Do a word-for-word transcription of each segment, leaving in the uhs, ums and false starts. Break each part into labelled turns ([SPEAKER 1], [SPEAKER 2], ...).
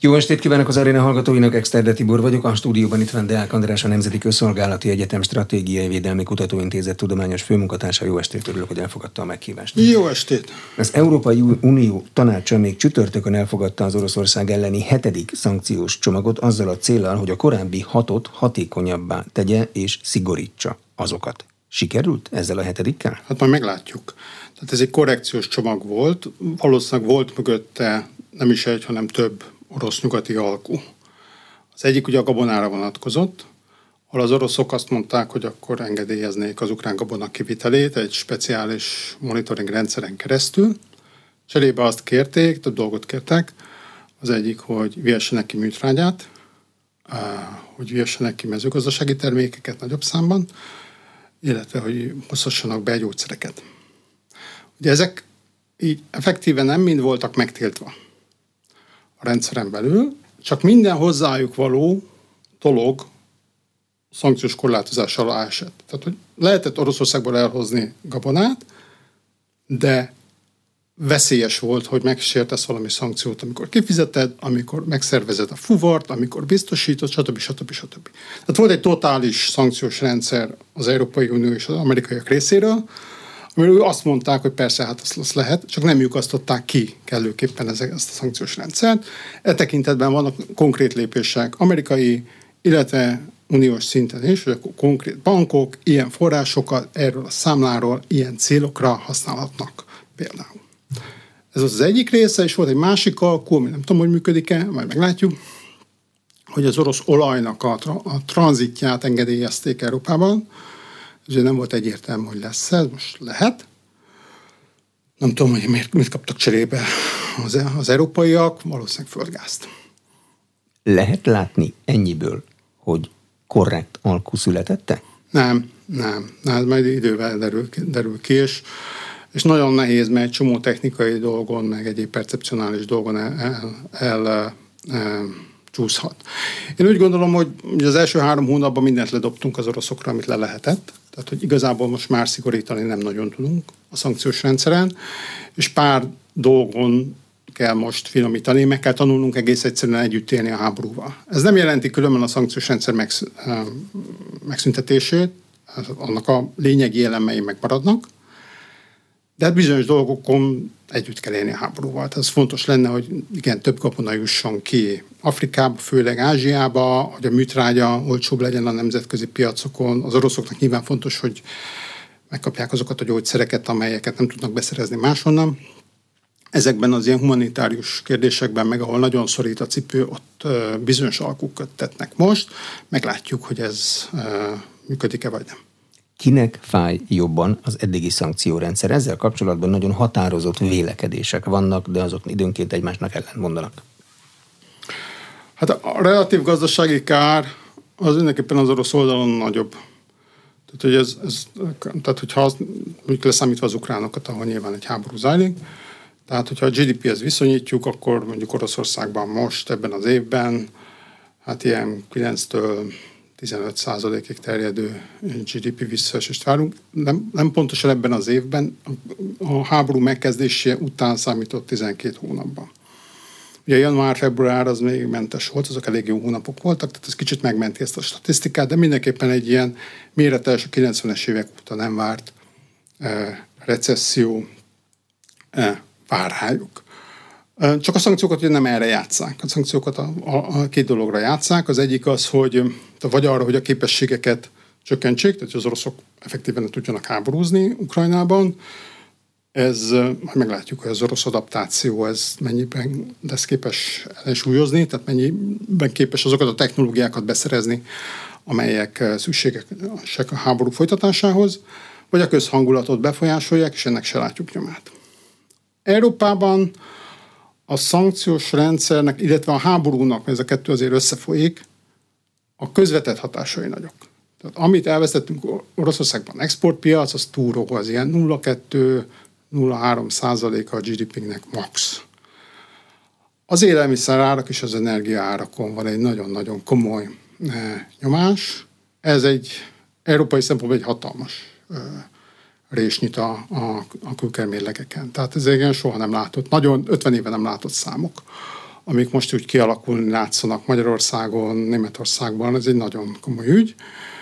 [SPEAKER 1] Jó estét kívánok az aréna hallgatóinak, Exterde Tibor vagyok, a stúdióban itt van Deák András, a Nemzeti Közszolgálati Egyetem Stratégiai Védelmi Kutatóintézet tudományos főmunkatársa. Jó estét, örülök, hogy elfogadta a meghívást.
[SPEAKER 2] Jó estét!
[SPEAKER 1] Az Európai Unió tanácsa még csütörtökön elfogadta az Oroszország elleni hetedik szankciós csomagot azzal a céllal, hogy a korábbi hatot hatékonyabbá tegye és szigorítsa azokat. Sikerült ezzel a hetedikkel?
[SPEAKER 2] Hát majd meglátjuk. Tehát ez egy korrekciós csomag volt, valószínűleg volt mögötte nem is egy, hanem több orosz-nyugati alkú. Az egyik ugye a gabonára vonatkozott, ahol az oroszok azt mondták, hogy akkor engedélyeznék az ukrán gabona kivitelét egy speciális monitoring rendszeren keresztül. Cserébe azt kérték, több dolgot kértek. Az egyik, hogy vihessenek ki műtrágyát, hogy vihessenek ki mezőgazdasági termékeket nagyobb számban, illetve hogy hosszassanak be gyógyszereket. Ugye ezek így effektíven nem mind voltak megtiltva a rendszeren belül, csak minden hozzájuk való dolog szankciós korlátozás alá esett. Tehát, hogy lehetett Oroszországból elhozni gabonát, de veszélyes volt, hogy megsértesz valami szankciót, amikor kifizeted, amikor megszervezed a fuvart, amikor biztosítod, stb. stb. stb. Tehát volt egy totális szankciós rendszer az Európai Unió és az amerikaiak részéről, amiről azt mondták, hogy persze, hát azt, azt lehet, csak nem lyukasztották ki kellőképpen ezt a szankciós rendszert. E tekintetben vannak konkrét lépések amerikai, illetve uniós szinten is, hogy a konkrét bankok ilyen forrásokat erről a számláról ilyen célokra használhatnak például. Ez az az egyik része, és volt egy másik alkú, ami nem tudom, hogy működik-e, majd meglátjuk, hogy az orosz olajnak a, tra- a tranzitját engedélyezték Európában. Ez nem volt egyértelmű, hogy lesz ez, most lehet. Nem tudom, hogy miért, mit kaptak cserébe az, az európaiak, valószínűleg földgázt.
[SPEAKER 1] Lehet látni ennyiből, hogy korrekt alkú születette?
[SPEAKER 2] Nem, nem. Hát majd idővel derül, derül ki, és, és nagyon nehéz, mert egy csomó technikai dolgon, meg egyéb percepcionális dolgon el, el, el, el csúszhat. Én úgy gondolom, hogy az első három hónapban mindent ledobtunk az oroszokra, amit le lehetett. Tehát, hogy igazából most már szigorítani nem nagyon tudunk a szankciós rendszeren, és pár dolgon kell most finomítani, meg kell tanulnunk egész egyszerűen együtt élni a háborúval. Ez nem jelenti különben a szankciós rendszer megsz, megszüntetését, annak a lényegi elemei megmaradnak, de hát bizonyos dolgokon együtt kell élni a háborúval. Tehát ez fontos lenne, hogy igen, több katona jusson ki Afrikába, főleg Ázsiába, hogy a műtrágya olcsóbb legyen a nemzetközi piacokon. Az oroszoknak nyilván fontos, hogy megkapják azokat a gyógyszereket, amelyeket nem tudnak beszerezni máshonnan. Ezekben az ilyen humanitárius kérdésekben, meg ahol nagyon szorít a cipő, ott bizonyos alkukat tetnek most. Meglátjuk, hogy ez működik-e vagy nem.
[SPEAKER 1] Kinek fáj jobban az eddigi szankciórendszer? Ezzel kapcsolatban nagyon határozott vélekedések vannak, de azok időnként egymásnak ellentmondanak.
[SPEAKER 2] Hát a relatív gazdasági kár az mindenképpen az orosz oldalon nagyobb. Tehát, hogy ez, ez, tehát hogyha az, mondjuk leszámítva az ukránokat, ahol nyilván egy háború zajlik, tehát hogyha a gé dé péhez viszonyítjuk, akkor mondjuk Oroszországban most, ebben az évben, hát ilyen kilenctől tizenöt százalékig terjedő gé dé pé visszaesést várunk. Nem, nem pontosan ebben az évben, a háború megkezdése után számított tizenkét hónapban. Ugye január-február az még mentes volt, azok elég jó hónapok voltak, tehát ez kicsit megmenti ezt a statisztikát, de mindenképpen egy ilyen méretes, a kilencvenes évek óta nem várt eh, recesszió eh, vár rájuk. Csak a szankciókat ugye nem erre játsszák. A szankciókat a, a, a két dologra játsszák. Az egyik az, hogy vagy arra, hogy a képességeket csökkentsék, tehát hogy az oroszok effektíven tudjanak háborúzni Ukrajnában. Ez, majd meglátjuk, hogy az orosz adaptáció ez mennyiben lesz képes ellensúlyozni, tehát mennyiben képes azokat a technológiákat beszerezni, amelyek szükségesek a háború folytatásához, vagy a közhangulatot befolyásolják, és ennek se látjuk nyomát. Európában a szankciós rendszernek, illetve a háborúnak, mert ez a kettő azért összefolyik, a közvetett hatásai nagyok. Tehát amit elvesztettünk Oroszországban exportpiac, az túró, az ilyen nulla egész kettő nulla egész három százaléka a gé dé pének max. Az élelmiszer árak és az energia árakon van egy nagyon-nagyon komoly eh, nyomás. Ez egy európai szempontból egy hatalmas eh, rést nyit a, a, a külkermérlegeken. Tehát ez igen soha nem látott, nagyon ötven éve nem látott számok, amik most úgy kialakulni látszanak Magyarországon, Németországban, ez egy nagyon komoly ügy.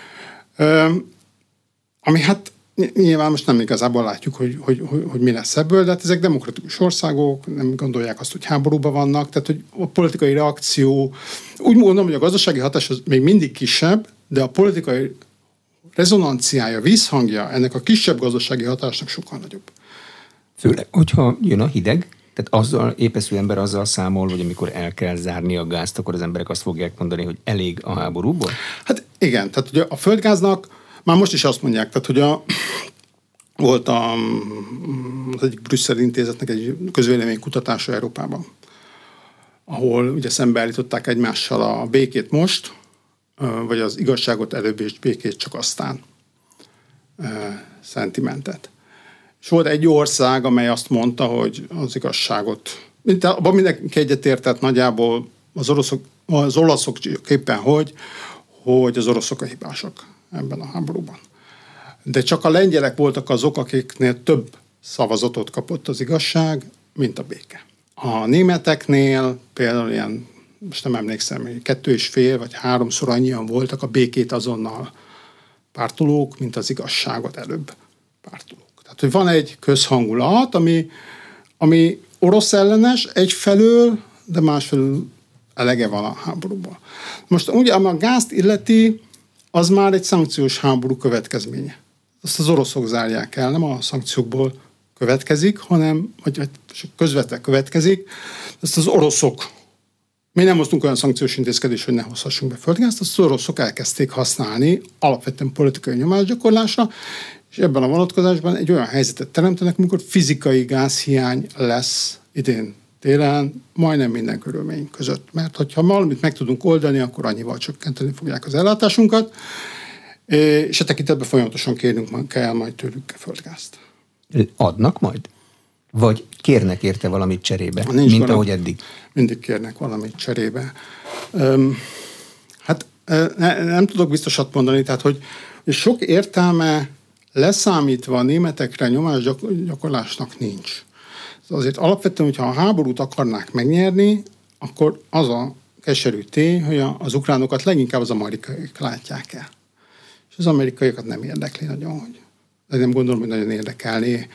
[SPEAKER 2] Ami hát nyilván most nem igazából látjuk, hogy, hogy, hogy, hogy mi lesz ebből, de hát ezek demokratikus országok, nem gondolják azt, hogy háborúban vannak, tehát hogy a politikai reakció, úgy mondom, hogy a gazdasági hatás az még mindig kisebb, de a politikai rezonanciája, vízhangja ennek a kisebb gazdasági hatásnak sokkal nagyobb.
[SPEAKER 1] Főleg, hogyha jön a hideg, tehát azzal, épeszű ember azzal számol, hogy amikor el kell zárni a gázt, akkor az emberek azt fogják mondani, hogy elég a háborúból?
[SPEAKER 2] Hát igen, tehát ugye a földgáznak már most is azt mondják, tehát hogy a, volt a, az egyik brüsszeli intézetnek egy közvéleménykutatása Európában, ahol ugye szembeállították egymással a békét most, vagy az igazságot előbb és békét csak aztán szentimentet. És volt egy ország, amely azt mondta, hogy az igazságot, mint abban mindenki egyetértett nagyjából az oroszok, az olaszok éppen, hogy, hogy az oroszok a hibásak ebben a háborúban. De csak a lengyelek voltak azok, akiknél több szavazatot kapott az igazság, mint a béke. A németeknél például ilyen, most nem emlékszem, kettő és fél vagy háromszor annyian voltak a békét azonnal pártolók, mint az igazságot előbb pártolók. Tehát, hogy van egy közhangulat, ami, ami orosz ellenes egyfelől, de másfelől elege van a háborúban. Most ugye, ami a gázt illeti, az már egy szankciós háború következménye. Azt az oroszok zárják el, nem a szankciókból következik, hanem, vagy, vagy közvetve következik. Ezt az oroszok, mi nem hoztunk olyan szankciós intézkedést, hogy ne hozhassunk be földgázt, azt az oroszok elkezdték használni alapvetően politikai nyomásgyakorlásra, és ebben a vonatkozásban egy olyan helyzetet teremtenek, amikor fizikai gázhiány lesz idén télen majdnem minden körülmény között. Mert hogyha valamit meg tudunk oldani, akkor annyival csökkenteni fogják az ellátásunkat, és a tekintetben folyamatosan kérnünk kell majd tőlük földgázt.
[SPEAKER 1] Adnak majd? Vagy kérnek érte valamit cserébe,
[SPEAKER 2] Nincs
[SPEAKER 1] mint
[SPEAKER 2] valami,
[SPEAKER 1] ahogy eddig?
[SPEAKER 2] Mindig kérnek valamit cserébe. Üm, hát ne, nem tudok biztosat mondani, tehát hogy sok értelme leszámítva a németekre nyomásgyakorlásnak nincs. Azért alapvetően, hogyha a háborút akarnák megnyerni, akkor az a keserű tény, hogy az ukránokat leginkább az amerikaiak látják el. És az amerikaiakat nem érdekli nagyon, hogy nem gondolom, hogy nagyon érdekelni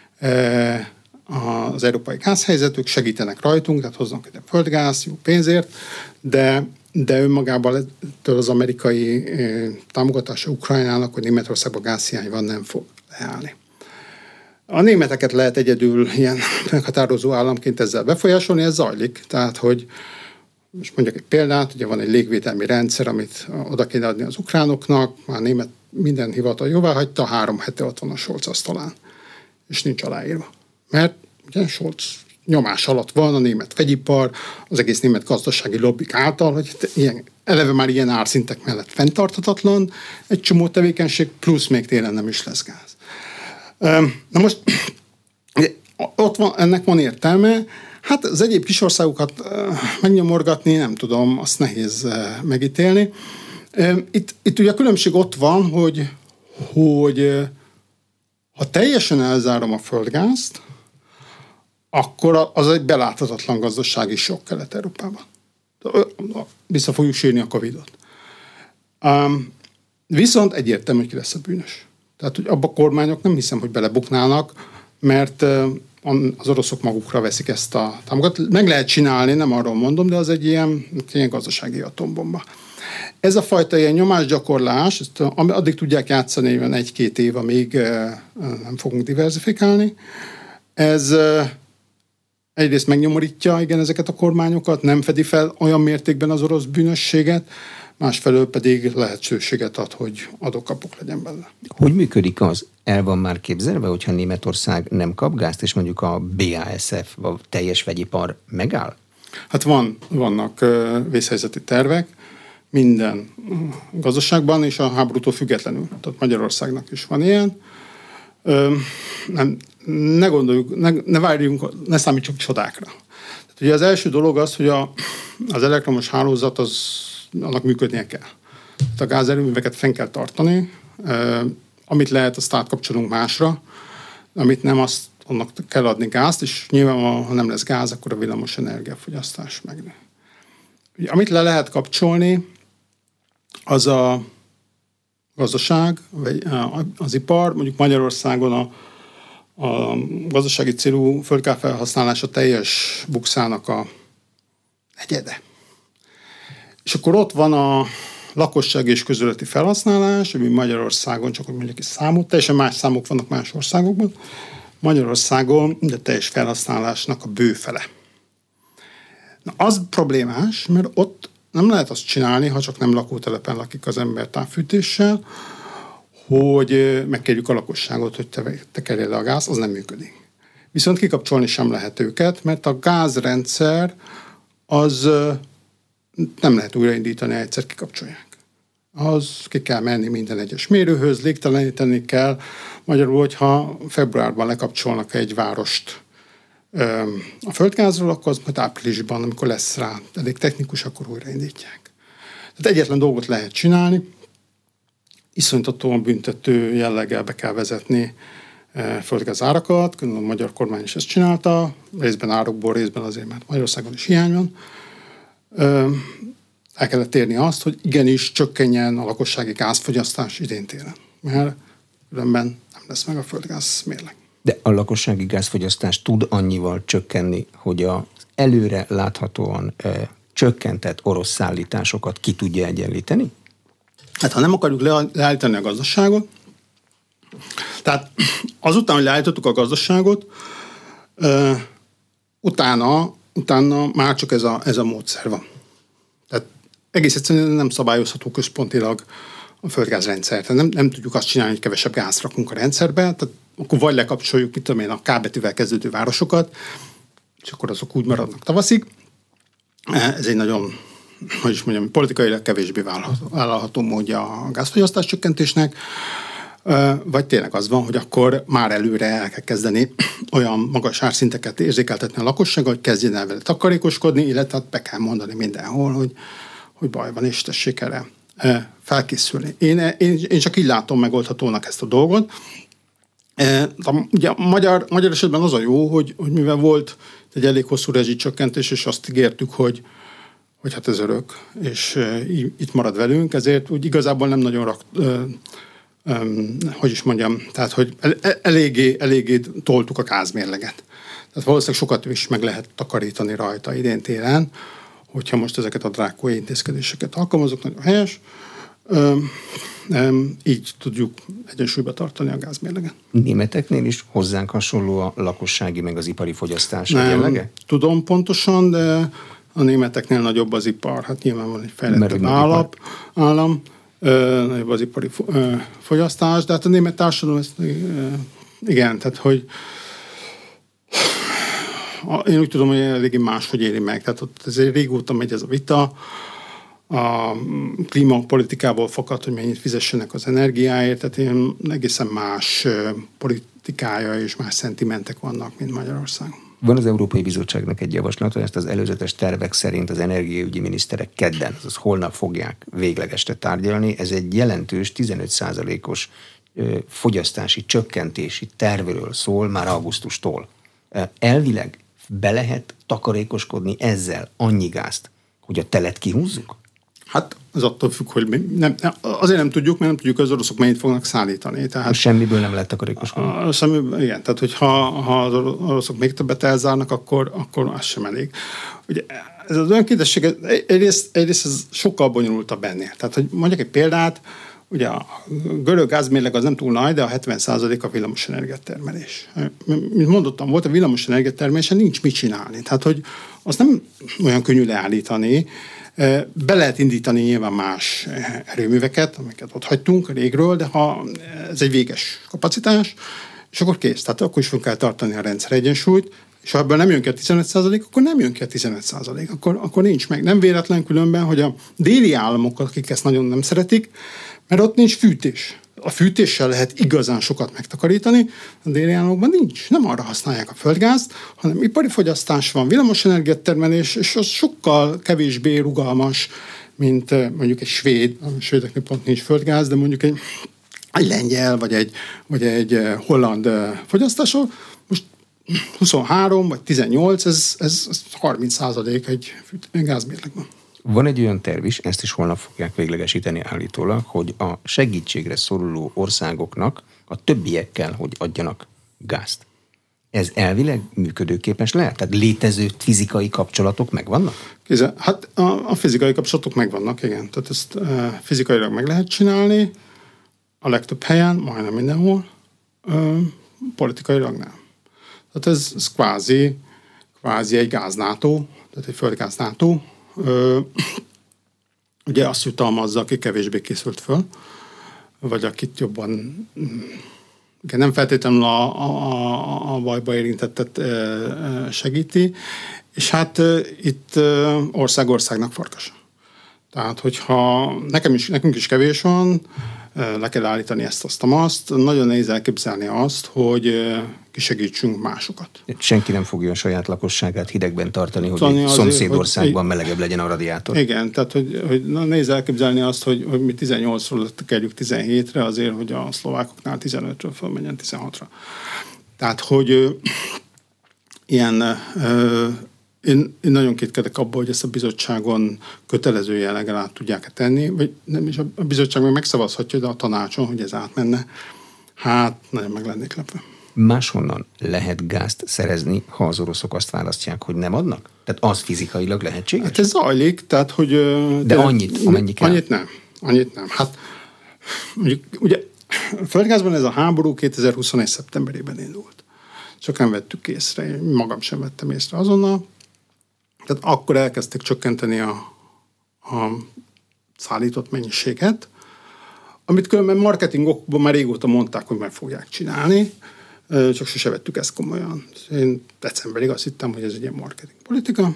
[SPEAKER 2] az európai gázhelyzetük, segítenek rajtunk, tehát hoznak ide földgáz, jó pénzért, de, de önmagában ettől az amerikai támogatása Ukrajnának, hogy Németországban gázhiány van, nem fog leállni. A németeket lehet egyedül ilyen meghatározó államként ezzel befolyásolni, ez zajlik. Tehát, hogy most mondjak egy példát, ugye van egy légvédelmi rendszer, amit oda kéne adni az ukránoknak, már német minden hivatal jóvá hagyta, három hete ott van a Scholz asztalán, és nincs aláírva. Mert ugye Scholz nyomás alatt van a német vegyipar, az egész német gazdasági lobbik által, hogy ilyen, eleve már ilyen árszintek mellett fenntarthatatlan egy csomó tevékenység, plusz még télen nem is lesz gáz. Na most ott van, ennek van értelme. Hát az egyéb kisországokat megnyomorgatni, nem tudom, azt nehéz megítélni. Itt, itt ugye a különbség ott van, hogy, hogy ha teljesen elzárom a földgázt, akkor az egy beláthatatlan gazdasági sok Kelet-Európában. Vissza fogjuk sírni a Covidot. Viszont egyértelmű, hogy ki lesz a bűnös. Tehát, hogy abba a kormányok nem hiszem, hogy belebuknának, mert az oroszok magukra veszik ezt a támogatást. Meg lehet csinálni, nem arról mondom, de az egy ilyen, ilyen gazdasági atombomba. Ez a fajta ilyen nyomásgyakorlás, ezt addig tudják játszani, hogy egy-két év, amíg nem fogunk diversifikálni. Ez egyrészt megnyomorítja igen, ezeket a kormányokat, nem fedi fel olyan mértékben az orosz bűnösséget, másfelől pedig lehetőséget ad, hogy adok-kapok legyen benne.
[SPEAKER 1] Hogy működik az? El van már képzelve, hogyha Németország nem kap gázt, és mondjuk a bé á es ef, a teljes vegyipar megáll?
[SPEAKER 2] Hát van, vannak vészhelyzeti tervek minden gazdaságban, és a háborútól függetlenül. Tehát Magyarországnak is van ilyen. Nem, ne gondoljuk, ne, ne várjunk, ne számítsuk csodákra. Tehát ugye az első dolog az, hogy a, az elektromos hálózat az annak működnie kell. Tehát a gázerőműveket fenn kell tartani, amit lehet, azt átkapcsolunk másra, amit nem, azt annak kell adni gázt, és nyilván, ha nem lesz gáz, akkor a villamos energiafogyasztás megnő. Ugye, amit le lehet kapcsolni, az a gazdaság, vagy az ipar. Mondjuk Magyarországon a, a gazdasági célú földgáz felhasználása teljes bukszának a negyede. És akkor ott van a lakosság és közületi felhasználás, ami Magyarországon, csak hogy mondjuk egy számot, teljesen más számok vannak más országokban. Magyarországon a teljes felhasználásnak a bőfele. Na, az problémás, mert ott nem lehet azt csinálni, ha csak nem lakótelepen lakik az ember távfűtéssel, hogy megkérjük a lakosságot, hogy te, te kerjél le a gáz, az nem működik. Viszont kikapcsolni sem lehet őket, mert a gázrendszer az nem lehet újraindítani, ha egyszer kikapcsolják. Az ki kell menni minden egyes mérőhöz, légteleníteni kell. Magyarul, hogyha februárban lekapcsolnak egy várost a földgázról, akkor az majd áprilisban, amikor lesz rá elég technikus, akkor újraindítják. Tehát egyetlen dolgot lehet csinálni, iszonytatóan büntető jelleggel be kell vezetni földgáz árakat, a magyar kormány is ezt csinálta, részben árokból, részben azért, mert Magyarországon is hiány van. El kellett érni azt, hogy igenis csökkenjen a lakossági gázfogyasztás idén télen, mert különben nem lesz meg a földgáz mérleg.
[SPEAKER 1] De a lakossági gázfogyasztás tud annyival csökkenni, hogy az előre láthatóan e, csökkentett orosz szállításokat ki tudja egyenlíteni?
[SPEAKER 2] Hát ha nem akarjuk le, leállítani a gazdaságot, tehát azután, hogy leállítottuk a gazdaságot, e, utána, utána már csak ez a, ez a módszer van. Tehát egész egyszerűen nem szabályozható központilag a földgázrendszer. Tehát nem, nem tudjuk azt csinálni, hogy kevesebb gáz rakunk a rendszerbe, tehát akkor vagy lekapcsoljuk, mit tudom én, a K betűvel kezdődő városokat, és akkor azok úgy maradnak tavaszig. Ez egy nagyon, hogy is mondjam, politikailag kevésbé vállalható módja a gázfogyasztás csökkentésnek, vagy tényleg az van, hogy akkor már előre el kell kezdeni olyan magas árszinteket érzékeltetni a lakossággal, hogy kezdjen el vele takarékoskodni, illetve be kell mondani mindenhol, hogy, hogy baj van, és tessék erre felkészülni. Én, én, én csak így látom megoldhatónak ezt a dolgot. Ugye a magyar, magyar esetben az a jó, hogy, hogy mivel volt egy elég hosszú rezsicsökkentés, és azt ígértük, hogy, hogy hát ez örök, és itt marad velünk, ezért úgy igazából nem nagyon rak, ö, ö, hogy is mondjam, tehát, hogy eléggé, eléggé toltuk a gázmérleget. Tehát valószínűleg sokat is meg lehet takarítani rajta idén télen, hogyha most ezeket a drákói intézkedéseket alkalmazok, nagyon helyes. Ö, ö, így tudjuk egyensúlyba tartani a gázmérleget.
[SPEAKER 1] Németeknél is hozzánk hasonló a lakossági meg az ipari fogyasztás jellege?
[SPEAKER 2] Tudom pontosan, de a németeknél nagyobb az ipar. Hát nyilván van egy fejlettebb állap, állam, ö, nagyobb az ipari ö, fogyasztás, de hát a német társadalom ezt, ö, igen, tehát hogy én úgy tudom, hogy eléggé máshogy éri meg. Tehát ott ezért régóta megy ez a vita, a klímapolitikából fakad, hogy mennyit fizessenek az energiáért, tehát ilyen egészen más politikája és más szentimentek vannak, mint Magyarországon.
[SPEAKER 1] Van az Európai Bizottságnak egy javaslata, ezt az előzetes tervek szerint az energiaügyi miniszterek kedden, azaz holnap fogják véglegeste tárgyalni. Ez egy jelentős tizenöt százalékos fogyasztási csökkentési tervről szól már augusztustól. Elvileg be lehet takarékoskodni ezzel annyi gázt, hogy a telet kihúzzuk?
[SPEAKER 2] Hát az attól függ, hogy nem, azért nem tudjuk, mert nem tudjuk, hogy az oroszok mennyit fognak szállítani. Tehát
[SPEAKER 1] semmiből nem lehet takarékoskodni.
[SPEAKER 2] A, a, semmiből, igen, tehát hogyha ha az oroszok még többet elzárnak, akkor, akkor az sem elég. Ugye ez az önkéntesség, egyrészt, egyrészt ez sokkal bonyolultabb ennél. Tehát, hogy mondjak egy példát, ugye a görög gázmérleg az nem túl nagy, de a hetven százalék a villamos energiatermelés. Mint mondottam, volt a villamos energiatermelésen nincs mit csinálni. Tehát, hogy azt nem olyan könnyű leállítani. Be lehet indítani nyilván más erőműveket, amiket ott hagytunk régről, de ha ez egy véges kapacitás, és akkor kész. Tehát akkor is fel kell tartani a rendszer egyensúlyt, és ha ebből nem jön ki a tizenöt százalék, akkor nem jön ki a tizenöt százalék. Akkor, akkor nincs meg. Nem véletlen különben, hogy a déli államok, akik ezt nagyon nem szeretik, mert ott nincs fűtés. A fűtéssel lehet igazán sokat megtakarítani, a déli államokban nincs. Nem arra használják a földgázt, hanem ipari fogyasztás van, villamosenergia termelés, és az sokkal kevésbé rugalmas, mint mondjuk egy svéd, a svédeknél pont nincs földgáz, de mondjuk egy, egy lengyel, vagy egy, vagy egy holland fogyasztásról. Most huszonhárom vagy tizennyolc, ez, ez, ez harminc százalék egy gázmérlegben.
[SPEAKER 1] Van egy olyan terv is, ezt is holnap fogják véglegesíteni állítólag, hogy a segítségre szoruló országoknak a többiekkel, hogy adjanak gázt. Ez elvileg működőképes lehet? Tehát létező fizikai kapcsolatok megvannak?
[SPEAKER 2] Kézzel, hát a, a fizikai kapcsolatok megvannak, igen. Tehát ezt e, fizikailag meg lehet csinálni, a legtöbb helyen, majdnem mindenhol, e, politikailag nem. Tehát ez, ez kvázi, kvázi egy gáznátó, tehát egy földgáznátó. E, ugye azt jutalmazza, aki kevésbé készült föl, vagy akit jobban... Igen, nem feltétlenül a, a, a bajba érintettet segíti, és hát itt ország országnak farkas. Tehát, hogyha nekem is, nekünk is kevés van, le kell állítani ezt, azt, azt, nagyon nehéz elképzelni azt, hogy kisegítsünk másokat.
[SPEAKER 1] Senki nem fogja a saját lakosságát hidegben tartani, hogy Tani egy szomszédországban melegebb legyen a radiátor.
[SPEAKER 2] Igen, tehát hogy, hogy nehéz elképzelni azt, hogy, hogy mi tizennyolcról kerüljük tizenhétre azért, hogy a szlovákoknál tizenötről fölmenjen tizenhatra. Tehát, hogy ö, ilyen... Ö, Én, én nagyon kétkedek abban, hogy ezt a bizottságon kötelező jelleggel át tudják tenni, vagy nem is a bizottság meg megszavazhatja, de a tanácson, hogy ez átmenne. Hát, nagyon meg lennék lepve.
[SPEAKER 1] Máshonnan lehet gázt szerezni, ha az oroszok azt választják, hogy nem adnak? Tehát az fizikailag lehetséges?
[SPEAKER 2] Hát ez zajlik, tehát, hogy...
[SPEAKER 1] De, de annyit, amennyi kell?
[SPEAKER 2] Annyit nem. Annyit nem. Hát, mondjuk, ugye, a földgázban ez a háború kétezer-huszonegy szeptemberében indult. Csak nem vettük észre, én magam sem vettem észre azonnal. Tehát akkor elkezdték csökkenteni a, a szállított mennyiséget, amit különben marketingokban már régóta mondták, hogy meg fogják csinálni, csak sose vettük ezt komolyan. Én decemberig azt hittem, hogy ez egy ilyen marketing politika.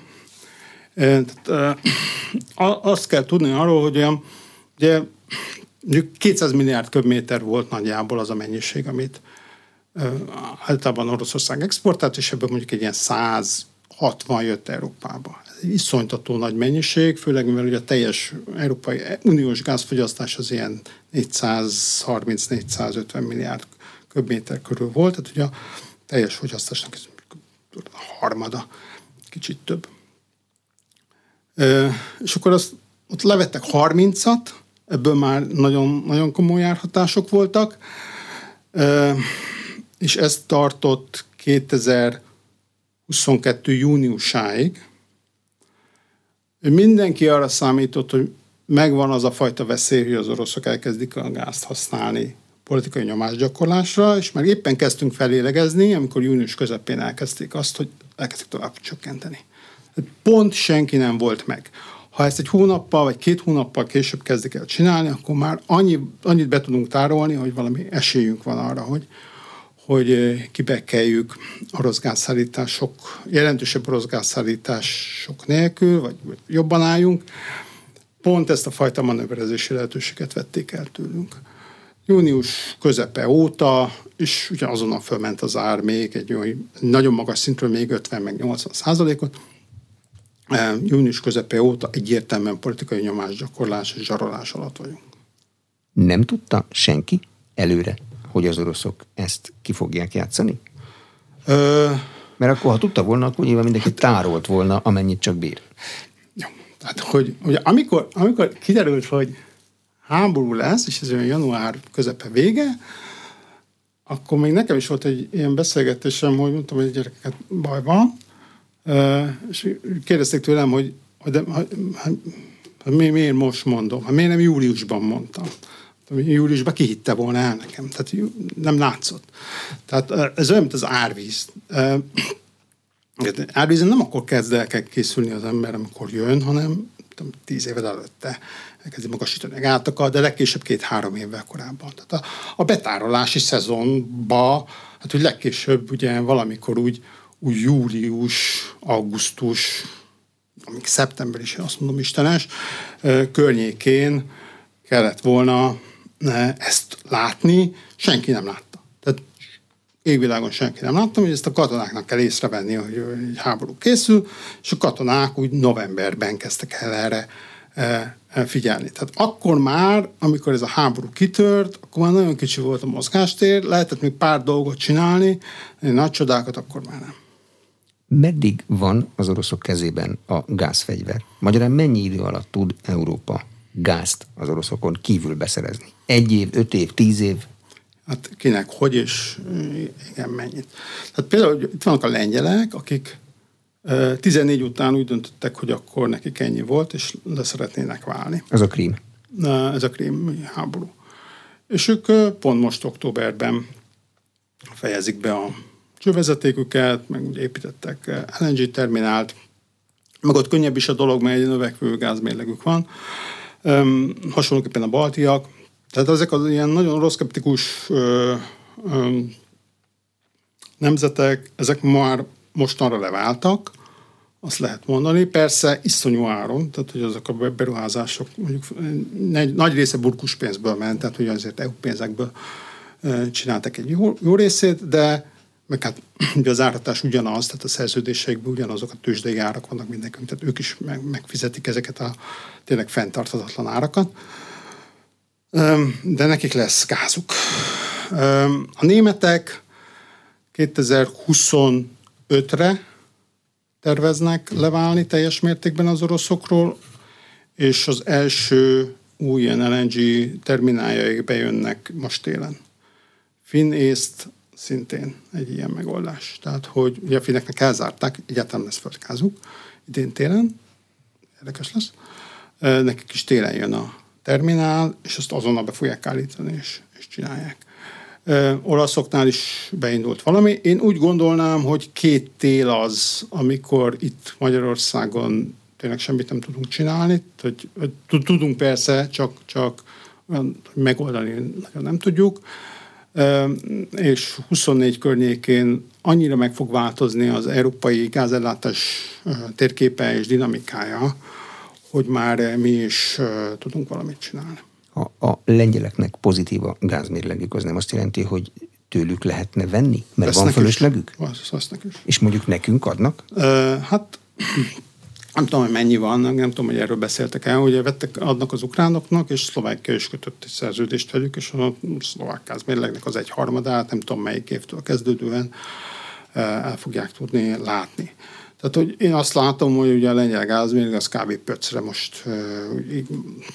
[SPEAKER 2] Tehát, azt kell tudni arról, hogy ugye, kétszáz milliárd köbméter volt nagyjából az a mennyiség, amit általában Oroszország exportált, és ebből mondjuk egy ilyen száz hatvan jött Európába. Ez egy iszonytató nagy mennyiség, főleg mivel ugye a teljes Európai Uniós gázfogyasztás az ilyen négyszázharminc négyszázötven milliárd köbméter körül volt, tehát ugye a teljes fogyasztásnak a harmada, kicsit több. E, és akkor azt, ott levettek harmincat, ebből már nagyon, nagyon komoly árhatások voltak, e, és ez tartott kétezer-huszonkettő júniusáig. Mindenki arra számított, hogy megvan az a fajta veszély, hogy az oroszok elkezdik a gázt használni politikai nyomásgyakorlásra, és már éppen kezdtünk felélegezni, amikor június közepén elkezdték azt, hogy elkezdték tovább csökkenteni. Pont senki nem volt meg. Ha ezt egy hónappal vagy két hónappal később kezdik el csinálni, akkor már annyi, annyit be tudunk tárolni, hogy valami esélyünk van arra, hogy hogy kibekkeljük orosz gázszállítások, jelentősebb orosz gázszállítások nélkül, vagy jobban álljunk. Pont ezt a fajta manőverezési lehetőséget vették el tőlünk. Június közepe óta, és ugye azonnal fölment az ár még egy olyan, nagyon magas szintről, még ötven meg nyolcvan százalékot. Június közepe óta egyértelműen politikai nyomásgyakorlás és zsarolás alatt vagyunk.
[SPEAKER 1] Nem tudta senki előre, hogy az oroszok ezt ki fogják játszani? Ö... Mert akkor, ha tudta volna, akkor nyilván mindenki tárolt volna, amennyit csak bír.
[SPEAKER 2] Jó. Tehát, hogy ugye, amikor, amikor kiderült, hogy háború lesz, és ez olyan január közepe vége, akkor még nekem is volt egy ilyen beszélgetésem, hogy mondtam, hogy gyerekeket baj van, és kérdezték tőlem, hogy, hogy de, ha, ha, ha, miért most mondom, ha miért nem júliusban mondtam. Júliusban ki hitte volna el nekem. Tehát nem látszott. Tehát ez olyan, mint az árvíz. Árvízen nem akkor kezd el készülni az ember, amikor jön, hanem tudom, tíz éved előtte elkezdi magasítani a gátakat, de legkésőbb két-három évvel korábban. Tehát a, a betárolási szezonba, hát hogy legkésőbb ugye valamikor úgy, úgy július, augusztus, amíg szeptember is, azt mondom istenes, környékén kellett volna ezt látni, senki nem látta. Tehát égvilágon senki nem látta, hogy ezt a katonáknak kell észrevenni, hogy egy háború készül, és a katonák úgy novemberben kezdtek el erre figyelni. Tehát akkor már, amikor ez a háború kitört, akkor már nagyon kicsi volt a mozgástér, lehetett még pár dolgot csinálni, nagy csodákat akkor már nem.
[SPEAKER 1] Meddig van az oroszok kezében a gázfegyver? Magyarán mennyi idő alatt tud Európa gázt az oroszokon kívül beszerezni? Egy év, öt év, tíz év?
[SPEAKER 2] Hát kinek, hogy és igen, mennyit. Tehát például itt vannak a lengyelek, akik tizennégy után úgy döntöttek, hogy akkor nekik ennyi volt, és le szeretnének válni.
[SPEAKER 1] Ez a Krím.
[SPEAKER 2] Ez a krím háború. És ők pont most októberben fejezik be a csővezetéküket, meg ugye építettek el en gé terminált, meg ott könnyebb is a dolog, mert egy növekvő gázmérlegük van. Um, hasonlóképpen a baltiak. Tehát ezek az ilyen nagyon oroszkeptikus ö, ö, nemzetek, ezek már mostanra leváltak, azt lehet mondani. Persze iszonyú áron, tehát hogy azok a beruházások mondjuk nagy része burkus pénzből ment, tehát hogy azért é u pénzekből csináltak egy jó, jó részét, de meg hát ugye az áratás ugyanaz, tehát a szerződéseikben ugyanazok a tőzsdei árak vannak mindenkünk, tehát ők is meg, megfizetik ezeket a tényleg fenntarthatatlan árakat. De nekik lesz gázuk. A németek kétezer-huszonötre terveznek leválni teljes mértékben az oroszokról, és az első új ilyen el en gé termináljaik bejönnek most télen. Finn-észt szintén egy ilyen megoldás. Tehát, hogy ugye a finneknek elzárták, egyáltalán lesz földgázuk idén télen, érdekes lesz. Nekik is télen jön a terminál, és azt azonnal be fogják állítani, és, és csinálják. E, olaszoknál is beindult valami. Én úgy gondolnám, hogy két tél az, amikor itt Magyarországon tényleg semmit nem tudunk csinálni, hogy, hogy tudunk persze, csak, csak megoldani nagyon nem tudjuk, e, és huszonnégy környékén annyira meg fog változni az európai gázellátás térképe és dinamikája, hogy már mi is uh, tudunk valamit csinálni.
[SPEAKER 1] A, a lengyeleknek pozitív a gázmérlegük, az nem azt jelenti, hogy tőlük lehetne venni? Mert vesznek van fölöslegük?
[SPEAKER 2] Is. Vesznek is.
[SPEAKER 1] És mondjuk nekünk adnak?
[SPEAKER 2] Uh, hát nem tudom, hogy mennyi van, nem tudom, hogy erről beszéltek el, hogy vettek, adnak az ukránoknak, és Szlovákia is kötött egy szerződést velük, és a szlovák gázmérlegnek az egy harmadát, nem tudom melyik évtől kezdődően uh, el fogják tudni látni. Tehát, hogy én azt látom, hogy ugye a lengyel gázmérleg az kb. Pöcre most uh,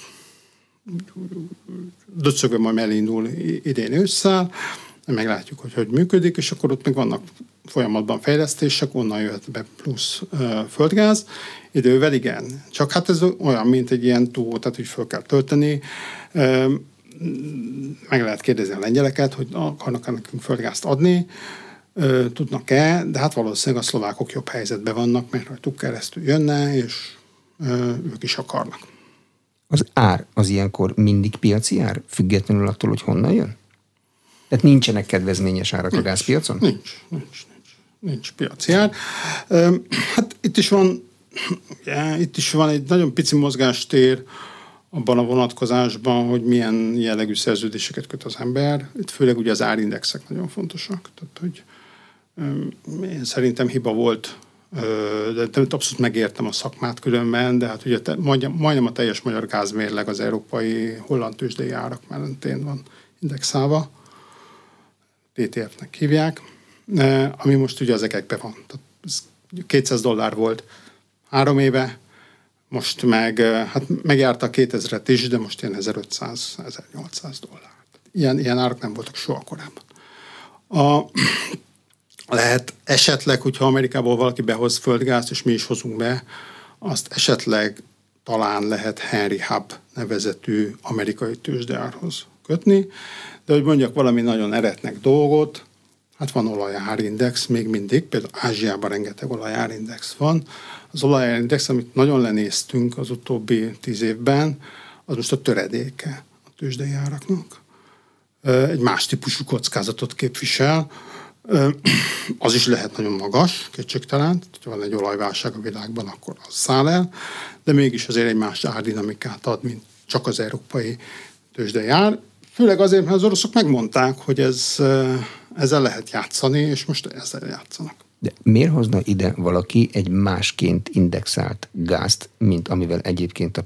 [SPEAKER 2] döcögve majd elindul idén ősszel, meglátjuk, hogy hogy működik, és akkor ott még vannak folyamatban fejlesztések, onnan jöhet be plusz uh, földgáz. Idővel igen. Csak hát ez olyan, mint egy ilyen tó, tehát hogy föl kell tölteni. Uh, meg lehet kérdezni a lengyeleket, hogy akarnak nekünk földgázt adni, tudnak-e, de hát valószínűleg a szlovákok jobb helyzetben vannak, mert rajtuk keresztül jönne, és ö, ők is akarnak.
[SPEAKER 1] Az ár az ilyenkor mindig piaci ár, függetlenül attól, hogy honnan jön? Tehát nincsenek kedvezményes árak nincs, a gázpiacon?
[SPEAKER 2] Nincs, nincs, nincs, nincs piaci ár. Ö, hát itt is van, ugye, itt is van egy nagyon pici mozgástér abban a vonatkozásban, hogy milyen jellegű szerződéseket köt az ember. Itt főleg ugye az árindexek nagyon fontosak. Tehát, hogy én szerintem hiba volt, de abszolút megértem a szakmát különben, de hát ugye te, majdnem a teljes magyar gázmérleg az európai holland tőzsdei árak mentén van indexálva. té té ef-nek hívják, ami most ugye az egekben van. Tehát ez kétszáz dollár volt három éve, most meg, hát megjárta a kétezret is, de most ilyen ezerötszáz-ezernyolcszáz dollár. Ilyen, ilyen árak nem voltak soha korábban. A, lehet esetleg, hogyha Amerikából valaki behoz földgázt, és mi is hozunk be, azt esetleg talán lehet Henry Hub nevezetű amerikai tőzsdeárhoz kötni, de hogy mondjak valami nagyon eretnek dolgot, hát van olajárindex még mindig, például Ázsiában rengeteg olajárindex van. Az olajárindex, amit nagyon lenéztünk az utóbbi tíz évben, az most a töredéke a tőzsdei áraknak. Egy más típusú kockázatot képvisel. Az is lehet nagyon magas, kétségtelen, ha van egy olajválság a világban, akkor az száll el, de mégis azért egy más árdinamikát ad, mint csak az európai tőzsdei ár. Főleg azért, mert az oroszok megmondták, hogy ez, ezzel lehet játszani, és most ezzel játszanak.
[SPEAKER 1] De miért hozna ide valaki egy másként indexált gázt, mint amivel egyébként a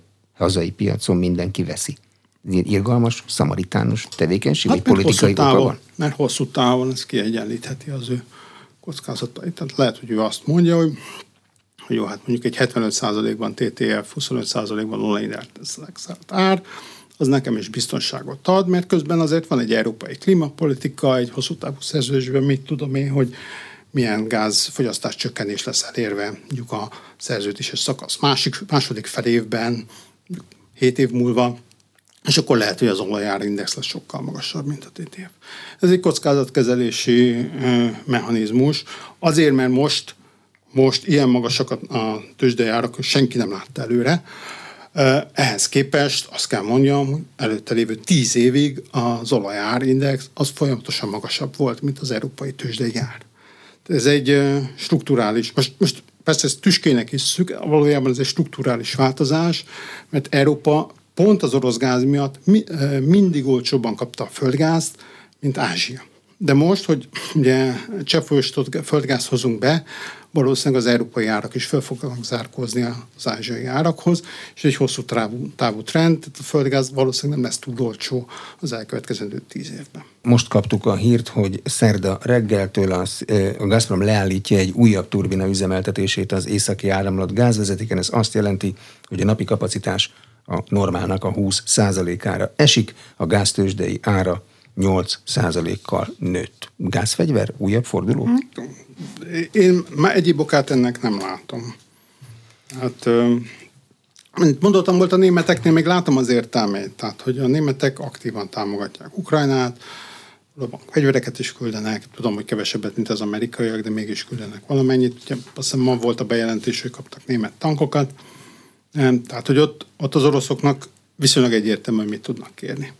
[SPEAKER 1] hazai piacon mindenki veszi. Ilyen irgalmas, szamaritánus tevékenység,
[SPEAKER 2] hát,
[SPEAKER 1] vagy politikai
[SPEAKER 2] távon,
[SPEAKER 1] oka van?
[SPEAKER 2] Mert hosszú távon ez kiegyenlítheti az ő kockázatait. Tehát lehet, hogy ő azt mondja, hogy, hogy jó, hát mondjuk egy hetvenöt százalékban té té ef, huszonöt százalékban online ár, az nekem is biztonságot ad, mert közben azért van egy európai klímapolitika, egy hosszú távú szerződésben, mit tudom én, hogy milyen gázfogyasztás csökkenés lesz elérve, mondjuk a szerződéses szakasz másik, második fel évben, hét év múlva, és akkor lehet, hogy az olajárindex lesz sokkal magasabb, mint a té té ef. Ez egy kockázatkezelési eh, mechanizmus. Azért, mert most, most ilyen magasak a tőzsdei árak, hogy senki nem látta előre. Eh, ehhez képest azt kell mondjam, hogy előtte lévő tíz évig az olajárindex az folyamatosan magasabb volt, mint az európai tőzsdei ár. Ez egy eh, strukturális, most, most persze ez tüskének is szük, valójában ez egy strukturális változás, mert Európa pont az orosz gáz miatt mindig olcsóbban kapta a földgázt, mint Ázsia. De most, hogy ugye cseppfolyósított földgázt hozunk be, valószínűleg az európai árak is fel fognak zárkózni az ázsiai árakhoz, és egy hosszú távú, távú trend, tehát a földgáz valószínűleg nem lesz túl olcsó az elkövetkezendő tíz évben.
[SPEAKER 1] Most kaptuk a hírt, hogy szerda reggeltől az, a Gazprom leállítja egy újabb turbina üzemeltetését az északi áramlat gázvezetéken. Ez azt jelenti, hogy a napi kapacitás a normának a húsz százalékára esik, a gáztőzsdei ára nyolc százalékkal nőtt. Gázfegyver? Újabb forduló?
[SPEAKER 2] Én már egyéb okát ennek nem látom. Hát, mint mondottam, volt a németeknél, még látom az értelmét. Tehát, hogy a németek aktívan támogatják Ukrajnát, fegyvereket is küldenek, tudom, hogy kevesebbet, mint az amerikaiak, de mégis küldenek valamennyit. Ugye, azt hiszem, ma volt a bejelentés, hogy kaptak német tankokat. Tehát, hogy ott, ott az oroszoknak viszonylag egyértelmű, hogy mit tudnak kérni.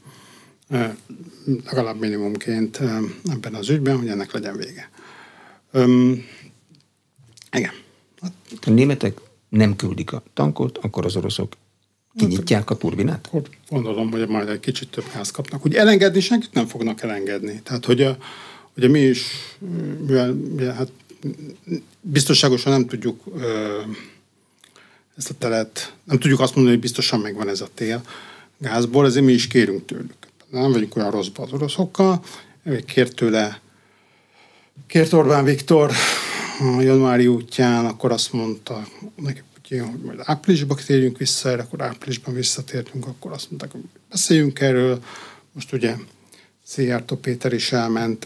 [SPEAKER 2] Legalább minimumként ebben az ügyben, hogy ennek legyen vége. Öm, igen.
[SPEAKER 1] A németek nem küldik a tankot, akkor az oroszok kinyitják a turbinát?
[SPEAKER 2] Akkor gondolom, hogy majd egy kicsit több gáz kapnak. Úgy elengedni senkit nem fognak elengedni. Tehát, hogy a, ugye mi is, mivel, mivel hát biztonságosan nem tudjuk ö, ezt a telet, nem tudjuk azt mondani, hogy biztosan megvan ez a tél gázból, ezért mi is kérünk tőlük. Nem vagyunk olyan rosszba az oroszokkal, kért tőle, kért Orbán Viktor a januári útján, akkor azt mondta neki, hogy majd áprilisban térjünk vissza erre, akkor áprilisban visszatértünk, akkor azt mondták, hogy beszéljünk erről. Most ugye Szijjártó Péter is elment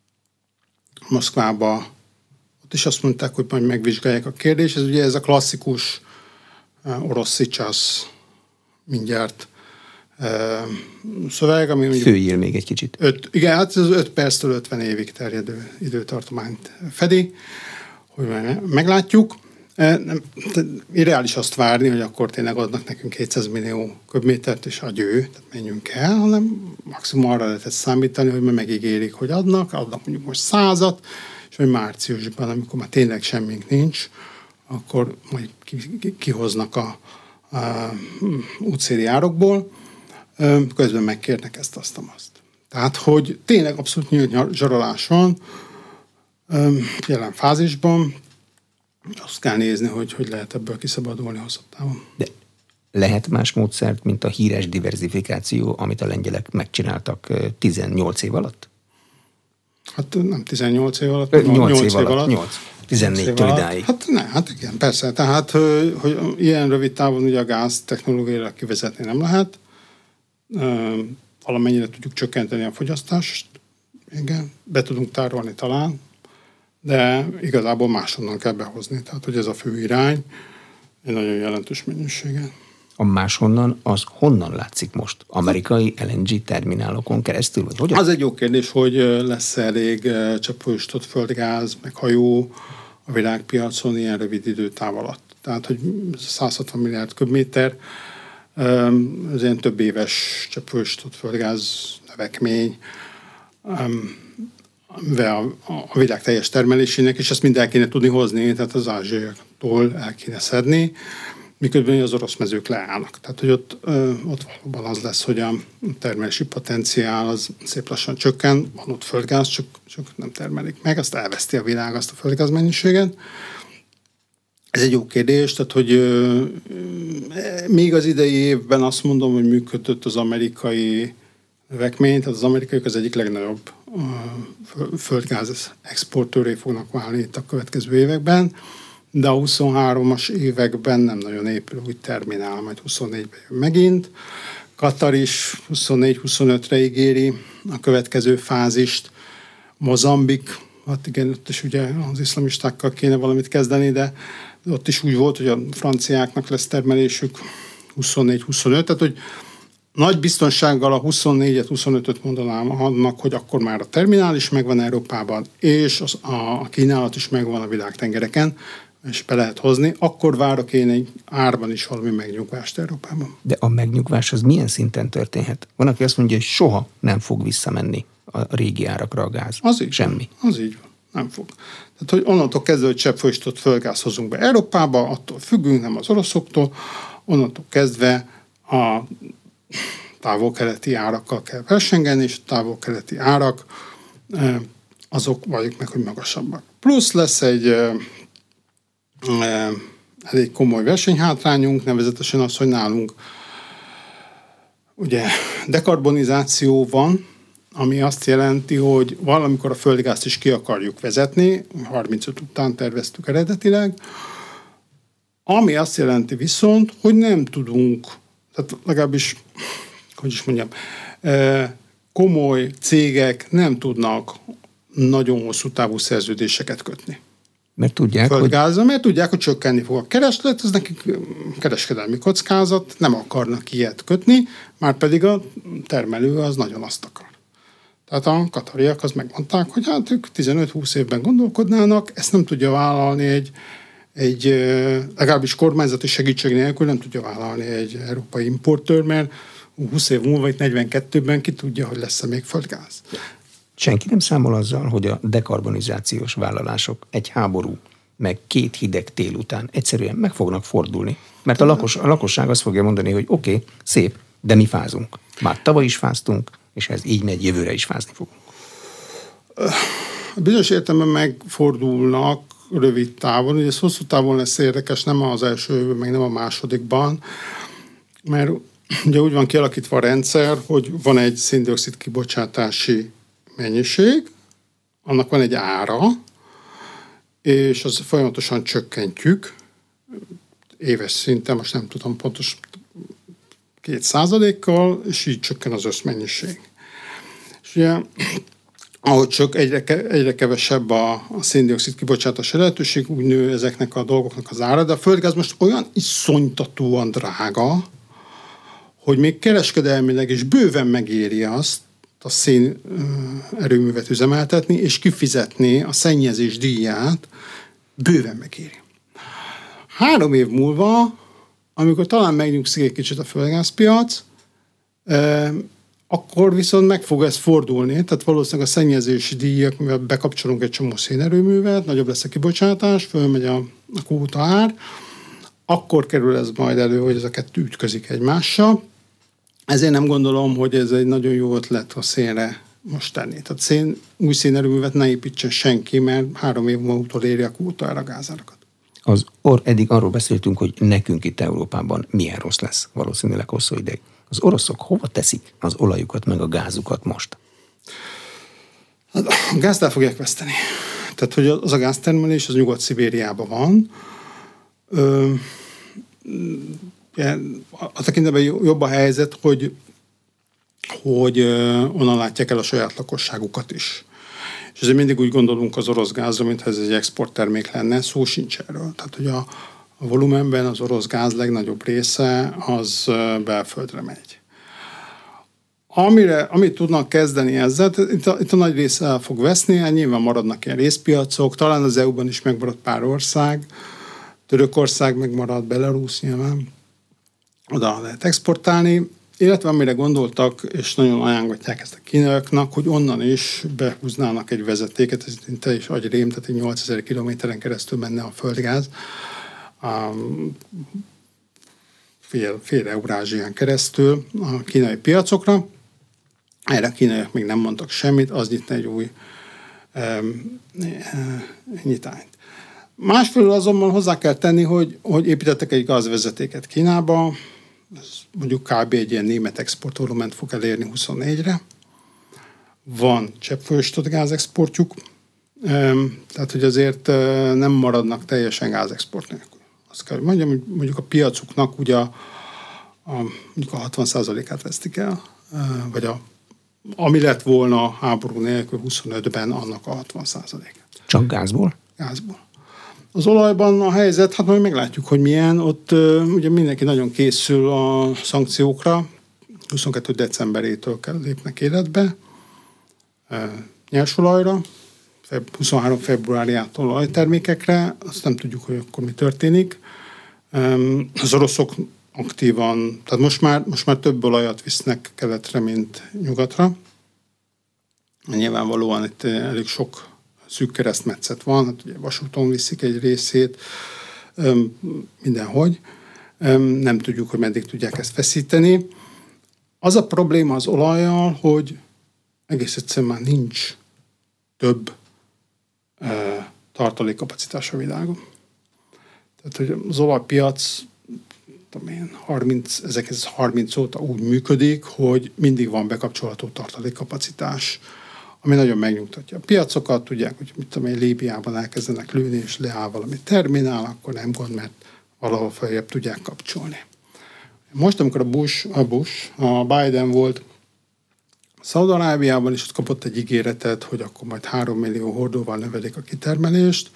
[SPEAKER 2] Moszkvába, ott is azt mondták, hogy majd megvizsgálják a kérdést. Ez ugye ez a klasszikus orosz szicsász mindjárt szöveg, ami mondjuk...
[SPEAKER 1] Főír még egy kicsit.
[SPEAKER 2] Öt, igen, hát ez az öt perctől ötven évig terjedő időtartományt fedi, hogy meglátjuk. Nem, irreális azt várni, hogy akkor tényleg adnak nekünk kétszáz millió köbmétert, és adjő, tehát menjünk el, hanem maximum arra lehetett számítani, hogy megígérik, hogy adnak, adnak mondjuk most százat, és hogy márciusban, amikor már tényleg semmink nincs, akkor majd kihoznak a, a útszéli árokból, közben megkérnek ezt, azt, azt. Tehát, hogy tényleg abszolút nyílt zsarolás van jelen fázisban, azt kell nézni, hogy hogy lehet ebből kiszabadulni hosszabb távon.
[SPEAKER 1] De lehet más módszert, mint a híres diversifikáció, amit a lengyelek megcsináltak tizennyolc év alatt?
[SPEAKER 2] Hát nem tizennyolc év alatt,
[SPEAKER 1] nyolc, nyolc év, év alatt. alatt. nyolc. tizennégytől idáig.
[SPEAKER 2] Hát ne, hát igen, persze. Tehát, hogy, hogy ilyen rövid távon ugye a gáz technológiailag kivezetni nem lehet. Valamennyire tudjuk csökkenteni a fogyasztást. Igen, be tudunk tárolni talán, de igazából máshonnan kell behozni. Tehát, hogy ez a fő irány egy nagyon jelentős mennyisége.
[SPEAKER 1] A máshonnan az honnan látszik most? Amerikai el en gé terminálokon keresztül? Vagy hogyan?
[SPEAKER 2] Az egy jó kérdés, hogy lesz elég cseppfolyósított földgáz, meg hajó a világpiacon ilyen rövid időtáv alatt. Tehát, hogy száz hatvan milliárd köbméter, ez ilyen több éves cseppfolyósított földgáz növekmény, mivel a, a világ teljes termelésének, és ezt mind el kéne tudni hozni, tehát az ázsiaktól el kéne szedni, miközben az orosz mezők leállnak. Tehát, hogy ott, ott valóban az lesz, hogy a termelési potenciál az szép lassan csökken, van ott földgáz, csak, csak nem termelik meg, azt elveszti a világ, azt a földgáz mennyiséget. Ez egy jó kérdés, tehát hogy ö, még az idei évben azt mondom, hogy működött az amerikai növekmény, tehát az amerikaiak az egyik legnagyobb ö, földgáz exportőré fognak válni itt a következő években, de a huszonhármas években nem nagyon épül új terminál, majd huszonnégyben jön megint. Katar is huszonnégy huszonötre ígéri a következő fázist. Mozambik, hát igen, ott is ugye az iszlamistákkal kéne valamit kezdeni, de ott is úgy volt, hogy a franciáknak lesz termelésük huszonnégy huszonöt, tehát hogy nagy biztonsággal a huszonnégyet, huszonötöt mondanám annak, hogy akkor már a terminál is megvan Európában, és az, a kínálat is megvan a világtengereken, és be lehet hozni, akkor várok én egy árban is valami megnyugvást Európában.
[SPEAKER 1] De a megnyugvás az milyen szinten történhet? Van, aki azt mondja, hogy soha nem fog visszamenni a régi árakra a gáz.
[SPEAKER 2] Az így
[SPEAKER 1] Semmi.
[SPEAKER 2] Van. Az így van. Nem fog. Tehát, hogy onnantól kezdve, hogy cseppfolyósított földgáz hozunk be Európába, attól függünk, nem az oroszoktól, onnantól kezdve a távol-keleti árakkal kell versengeni, és a távol-keleti árak azok valljuk meg, hogy magasabbak. Plusz lesz egy elég komoly versenyhátrányunk, nevezetesen az, hogy nálunk ugye dekarbonizáció van, ami azt jelenti, hogy valamikor a földgázt is ki akarjuk vezetni, harmincöt után terveztük eredetileg, ami azt jelenti viszont, hogy nem tudunk, tehát legalábbis, hogy is mondjam, komoly cégek nem tudnak nagyon hosszú távú szerződéseket kötni.
[SPEAKER 1] Mert tudják,
[SPEAKER 2] földgázzal, hogy... mert tudják, hogy csökkenni fog a kereslet, ez nekik kereskedelmi kockázat, nem akarnak ilyet kötni, már pedig a termelő az nagyon azt akar. Tehát a katariak az megmondták, hogy hát ők tizenöt-húsz évben gondolkodnának, ezt nem tudja vállalni egy, egy legalábbis kormányzati segítség nélkül nem tudja vállalni egy európai importőr, mert húsz év múlva, itt negyvenkettőben ki tudja, hogy lesz-e még földgáz.
[SPEAKER 1] Senki nem számol azzal, hogy a dekarbonizációs vállalások egy háború, meg két hideg tél után egyszerűen meg fognak fordulni. Mert a, lakos, a lakosság azt fogja mondani, hogy oké, okay, szép, de mi fázunk. Már tavaly is fáztunk, és ez így megy, jövőre is fázni fogunk.
[SPEAKER 2] Bizonyos értelemben megfordulnak rövid távon, ugye ez hosszú távon lesz érdekes, nem az első évben, meg nem a másodikban, mert ugye úgy van kialakítva a rendszer, hogy van egy szén-dioxid kibocsátási mennyiség, annak van egy ára, és az folyamatosan csökkentjük, éves szinten, most nem tudom pontos, két százalékkal, és így csökken az összmennyiség. És ugye, ahogy csak egyre, egyre kevesebb a, a szén-dioxid kibocsátási lehetőség, úgy nő ezeknek a dolgoknak az ára, de a földgáz most olyan iszonytatóan drága, hogy még kereskedelmileg is bőven megéri azt, a szén erőművet üzemeltetni, és kifizetni a szennyezés díját, bőven megéri. Három év múlva, amikor talán megnyugszik egy kicsit a földgázpiac, eh, akkor viszont meg fog ez fordulni, tehát valószínűleg a szennyezési díjak, mivel bekapcsolunk egy csomó szénerőművet, nagyobb lesz a kibocsátás, fölmegy a, a kvóta ár, akkor kerül ez majd elő, hogy ez a kettő ütközik egymással. Ezért nem gondolom, hogy ez egy nagyon jó ötlet a szénre most tenni. Tehát szén, új szénerőművet ne építsen senki, mert három év múlva utoléri a kvóta ár a gázárakat.
[SPEAKER 1] Az or, eddig arról beszéltünk, hogy nekünk itt Európában milyen rossz lesz valószínűleg hosszú ideig. Az oroszok hova teszik az olajukat meg a gázukat most?
[SPEAKER 2] A gázt el fogják veszteni. Tehát, hogy az a gáztermelés az Nyugat-Szibériában van. Ö, a tekintetben jobb a helyzet, hogy, hogy onnan látják el a saját lakosságukat is. És ezért mindig úgy gondolunk az orosz gázra, mintha ez egy exporttermék lenne, szó sincs erről. Tehát, hogy a, a volumenben az orosz gáz legnagyobb része az belföldre megy. Amire, amit tudnak kezdeni ezzel, itt a, itt a nagy része el fog veszni, nyilván maradnak ilyen részpiacok, talán az é u-ban is megmaradt pár ország, Törökország megmaradt, Belarus nyilván, oda lehet exportálni, illetve amire gondoltak, és nagyon ajánlgatják ezt a kínaiaknak, hogy onnan is behúznának egy vezetéket, ez te is agyrém, tehát egy nyolcezer kilométeren keresztül menne a földgáz, um, fél, fél Eurázsián keresztül a kínai piacokra. Erre a kínaiak még nem mondtak semmit, az nyitna egy új um, nyitányt. Másfelől azonban hozzá kell tenni, hogy, hogy építettek egy gázvezetéket Kínába, ez mondjuk kb. Egy ilyen német exportvolument fog elérni huszonnégyre. Van cseppfolyós gázexportjuk, tehát hogy azért nem maradnak teljesen gázexport nélkül. Azt kell, hogy mondjam, hogy mondjuk a piacuknak ugye a, a, mondjuk a hatvan százalékát vesztik el, vagy a, ami lett volna háború nélkül huszonötben, annak a hatvan százalékát.
[SPEAKER 1] Csak gázból?
[SPEAKER 2] Gázból. Az olajban a helyzet, hát majd meglátjuk, hogy milyen. Ott uh, ugye mindenki nagyon készül a szankciókra. huszonkettő decemberétől kell lépnek életbe. Uh, nyersolajra, feb- huszonhárom februárjától olajtermékekre. Azt nem tudjuk, hogy akkor mi történik. Um, az oroszok aktívan, tehát most már, most már több olajat visznek keletre, mint nyugatra. Nyilvánvalóan itt elég sok szűk keresztmetszet van, hát ugye vasúton viszik egy részét, mindenhogy. Nem tudjuk, hogy meddig tudják ezt feszíteni. Az a probléma az olajjal, hogy egész egyszerűen már nincs több tartalékkapacitás a világon. Tehát, hogy az olajpiac tudom én, harminc, ezerkilencszázharminc óta úgy működik, hogy mindig van bekapcsolható tartalékkapacitás, ami nagyon megnyugtatja a piacokat. Tudják, hogy mit tudom én, Líbiában elkezdenek lőni, és leáll valami terminál, akkor nem gond, mert valahol feljebb tudják kapcsolni. Most, amikor a Bush, a, Bush, a Biden volt Szaúd-Arábiában, és ott kapott egy ígéretet, hogy akkor majd három millió hordóval növelik a kitermelést.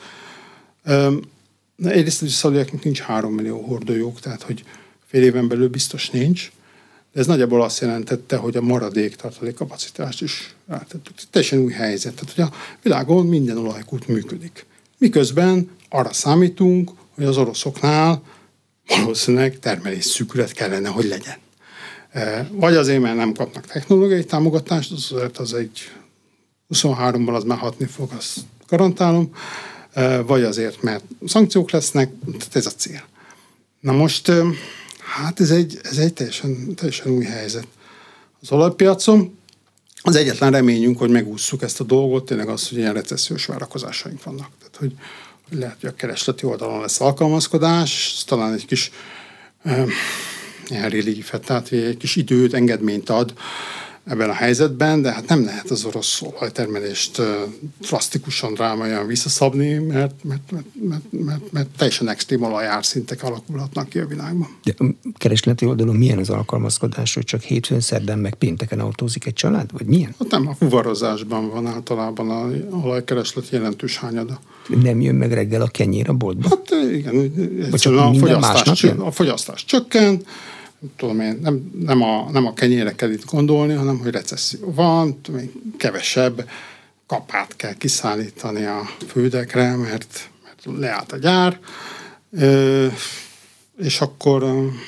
[SPEAKER 2] Egyrészt, hogy a szaudiaknak nincs három millió hordójuk, tehát hogy fél éven belül biztos nincs. De ez nagyjából azt jelentette, hogy a maradék tartalékkapacitást is rátettük. Teljesen új helyzet. Tehát, hogy a világon minden olajkút működik. Miközben arra számítunk, hogy az oroszoknál valószínűleg termelésszűkület kellene, hogy legyen. Vagy azért, mert nem kapnak technológiai támogatást, az azért az egy huszonháromban az már hatni fog, azt garantálom, vagy azért, mert szankciók lesznek, tehát ez a cél. Na most, hát ez egy, ez egy teljesen, teljesen új helyzet az olajpiacon. Az egyetlen reményünk, hogy megússzuk ezt a dolgot, tényleg az, hogy ilyen recessziós várakozásaink vannak. Tehát, hogy, hogy lehet, hogy a keresleti oldalon lesz alkalmazkodás, és talán egy kis eh, ilyen reliefet, tehát egy kis időt, engedményt ad ebben a helyzetben, de hát nem lehet az orosz olajtermelést uh, drasztikusan drámaian visszaszabni, mert, mert, mert, mert, mert, mert teljesen extrém olajárszintek alakulhatnak ki a világban.
[SPEAKER 1] De a keresleti oldalon milyen az alkalmazkodás, hogy csak hétfőn, szerdán meg pénteken autózik egy család, vagy milyen?
[SPEAKER 2] Hát nem, a fuvarozásban van általában a olajkereslet jelentős hányada.
[SPEAKER 1] Nem jön meg reggel a kenyér a boltba?
[SPEAKER 2] Hát igen, a fogyasztás, a fogyasztás csökken. Tudom én, nem, nem, a, nem a kenyére kell itt gondolni, hanem hogy recesszió van, tudom, kevesebb kapát kell kiszállítani a földekre, mert, mert leállt a gyár, Ö, és akkor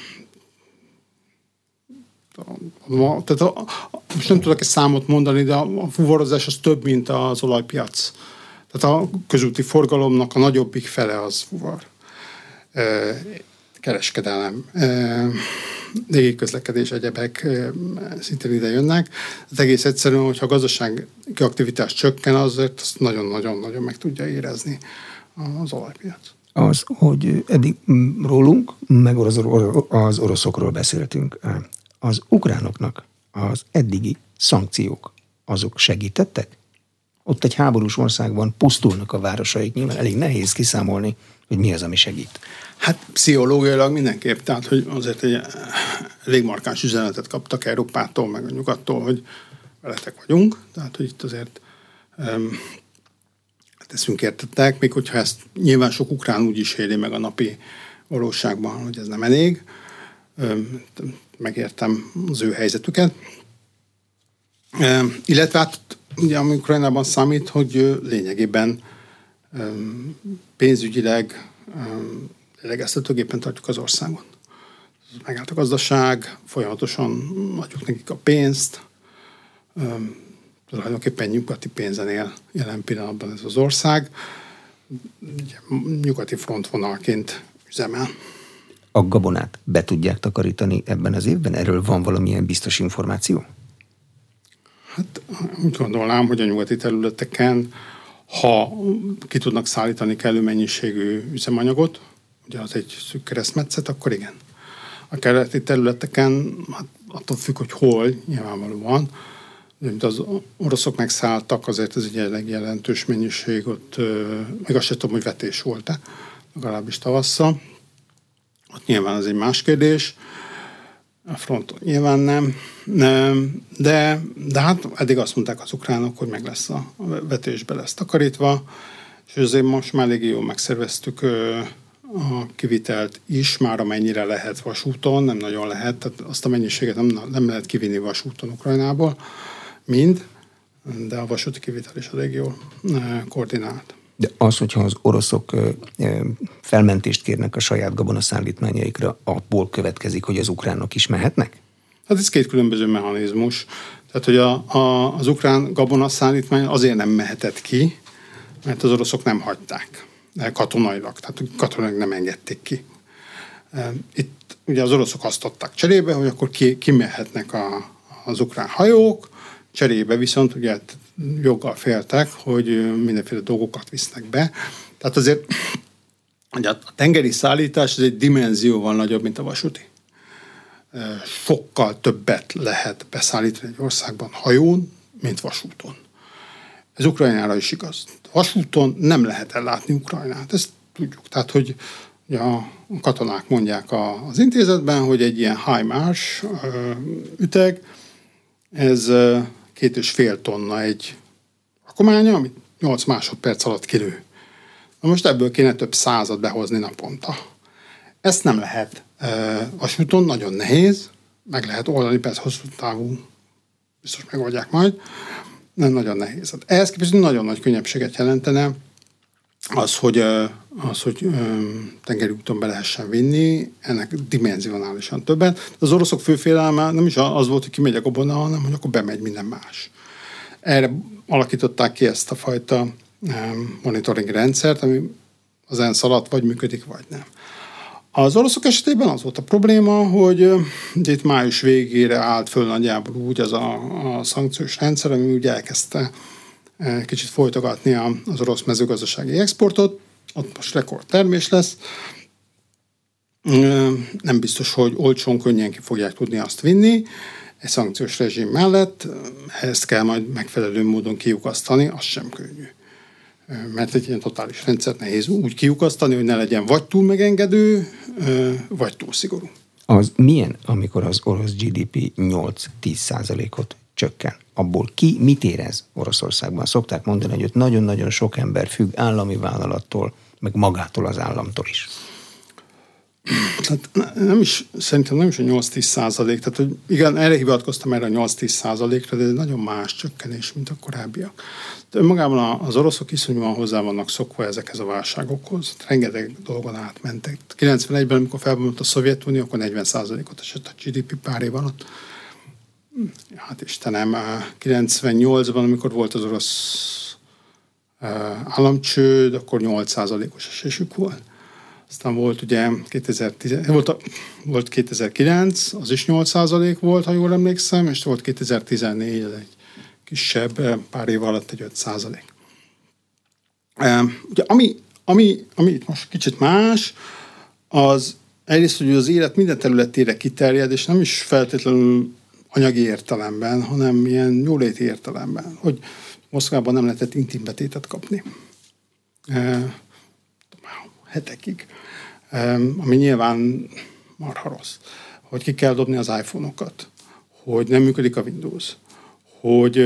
[SPEAKER 2] a, tehát a, a, most nem tudok egy számot mondani, de a, a fuvarozás az több, mint az olajpiac. Tehát a közúti forgalomnak a nagyobbik fele az fuvar. Ö, kereskedelem, légiközlekedés, egyebek szintén ide jönnek. Ez egész egyszerűen, hogyha a gazdasági aktivitás csökken, azért azt nagyon-nagyon-nagyon meg tudja érezni az olajpiac.
[SPEAKER 1] Az, hogy eddig rólunk, meg az, az oroszokról beszéltünk. Az ukránoknak az eddigi szankciók, azok segítettek? Ott egy háborús országban pusztulnak a városaik, nyilván elég nehéz kiszámolni, hogy mi az, ami segít.
[SPEAKER 2] Hát pszichológiailag mindenképp, tehát hogy azért egy elég markáns üzenetet kaptak Európától, meg a nyugattól, hogy veletek vagyunk, tehát hogy itt azért um, teszünk értettek, még hogyha ezt nyilván sok ukrán úgy is éli meg a napi valóságban, hogy ez nem elég. Um, megértem az ő helyzetüket. Um, illetve hát ugye ami Ukrajnában számít, hogy lényegében um, pénzügyileg um, lélegeztetőgépen tartjuk az országon. Megállt a gazdaság, folyamatosan adjuk nekik a pénzt, um, tulajdonképpen nyugati pénzen él jelen pillanatban ez az ország. Ugye, nyugati frontvonalként üzemel.
[SPEAKER 1] A gabonát be tudják takarítani ebben az évben? Erről van valamilyen biztos információ?
[SPEAKER 2] Hát úgy gondolnám, hogy a nyugati területeken ha ki tudnak szállítani kellő mennyiségű üzemanyagot, ugye az egy szűk keresztmetszet, akkor igen. A keleti területeken, hát attól függ, hogy hol, nyilvánvalóan, mint az oroszok megszálltak, azért ez egy elég jelentős mennyiség, ott még azt sem tudom, hogy vetés volt-e, legalábbis tavasszal. Ott nyilván az egy más kérdés. A fronton nyilván nem. De, de hát eddig azt mondták az ukránok, hogy meg lesz a vetésbe lesz takarítva, és azért most már elég jól megszerveztük a kivitelt is, már amennyire lehet vasúton, nem nagyon lehet, tehát azt a mennyiséget nem, nem lehet kivinni vasúton Ukrajnából, mind, de a vasúti kivitel is elég jól koordinált.
[SPEAKER 1] De az, hogyha az oroszok felmentést kérnek a saját gabonaszállítmányaikra, abból következik, hogy az ukránok is mehetnek?
[SPEAKER 2] Hát ez két különböző mechanizmus. Tehát, hogy a, a, az ukrán gabonaszállítmány azért nem mehetett ki, mert az oroszok nem hagyták katonailag, tehát katonailag nem engedték ki. Itt ugye az oroszok azt adták cserébe, hogy akkor ki, kimehetnek a, az ukrán hajók, cserébe viszont ugye joggal féltek, hogy mindenféle dolgokat visznek be. Tehát azért ugye a tengeri szállítás ez egy dimenzióval nagyobb, mint a vasúti. Sokkal többet lehet beszállítani egy országban hajón, mint vasúton. Ez Ukrajnára is igaz. Vasúton nem lehet ellátni Ukrajnát, ezt tudjuk. Tehát, hogy ugye a katonák mondják az intézetben, hogy egy ilyen HIMARS üteg, ez két és fél tonna egy rakománya, amit nyolc másodperc alatt kilő. Na most ebből kéne több százat behozni naponta. Ezt nem lehet. Vasúton nagyon nehéz, meg lehet oldani, persze hosszú távú, biztos megoldják majd, nem nagyon nehéz. Ehhez képest nagyon nagy könnyebbséget jelentene az, hogy, az, hogy tengeri úton be lehessen vinni, ennek dimenzionálisan többet. Az oroszok fő félelme nem is az volt, hogy kimegy a gabona, hanem hogy akkor bemegy minden más. Erre alakították ki ezt a fajta monitoring rendszert, ami az ENSZ alatt vagy működik, vagy nem. Az oroszok esetében az volt a probléma, hogy itt május végére állt föl nagyjából úgy az a, a szankciós rendszer, ami úgy elkezdte kicsit folytogatni az orosz mezőgazdasági exportot, ott most rekordtermés lesz. Nem biztos, hogy olcsón, könnyen ki fogják tudni azt vinni. Egy szankciós rezsim mellett ezt kell majd megfelelő módon kiukasztani, az sem könnyű. Mert egy ilyen totális rendszert nehéz úgy kiukasztani, hogy ne legyen vagy túl megengedő, vagy túl szigorú.
[SPEAKER 1] Az milyen, amikor az orosz gé dé pé nyolc-tíz százalékot csökken? Abból ki mit érez Oroszországban? Szokták mondani, hogy ott nagyon-nagyon sok ember függ állami vállalattól, meg magától az államtól is.
[SPEAKER 2] Tehát nem is, szerintem nem is a nyolc-tíz százalék, tehát hogy igen, erre hivatkoztam erre a nyolc-tíz százalékra, de ez nagyon más csökkenés, mint a korábbiak. De önmagában az oroszok iszonyúan hozzá vannak szokva ezekhez a válságokhoz. Rengeteg dolgon átmentek. kilencvenegyben, amikor felbomlott a Szovjetunió, akkor negyven százalékot esett a gé dé pé pár év alatt. Hát Istenem, kilencvennyolcban, amikor volt az orosz államcsőd, akkor nyolc százalékos esésük volt. Aztán volt ugye kétezer-tíz, volt, a, volt kétezer-kilenc, az is nyolc százalék volt, ha jól emlékszem, és volt kétezer-tizennégy, ez egy kisebb, pár év alatt egy öt százalék. Ugye, ami, ami, ami itt most kicsit más, az egyrészt, hogy az élet minden területére kiterjed, és nem is feltétlenül anyagi értelemben, hanem ilyen jóléti értelemben, hogy Moszkvában nem lehetett intim betétet kapni. Hetekig, ami nyilván marha rossz, hogy ki kell dobni az iPhone-okat, hogy nem működik a Windows, hogy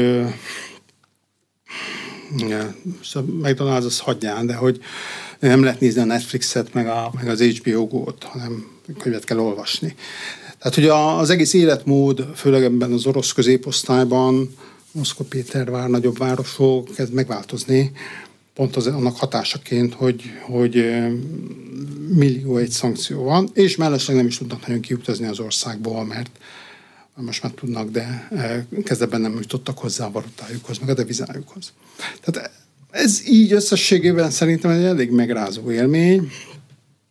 [SPEAKER 2] McDonald's az hagyján, de hogy nem lehet nézni a Netflixet, meg, a, meg az há bé o Go-t, hanem könyvet kell olvasni. Tehát, hogy az egész életmód, főleg ebben az orosz középosztályban, Moszkva, Pétervár, nagyobb városok, kezd megváltozni, pont az, annak hatásaként, hogy, hogy millió egy szankció van, és mellesleg nem is tudnak nagyon kiutazni az országból, mert most már tudnak, de kezdetben nem jutottak hozzá a valutájukhoz, meg a devizájukhoz. Tehát ez így összességében szerintem egy elég megrázó élmény.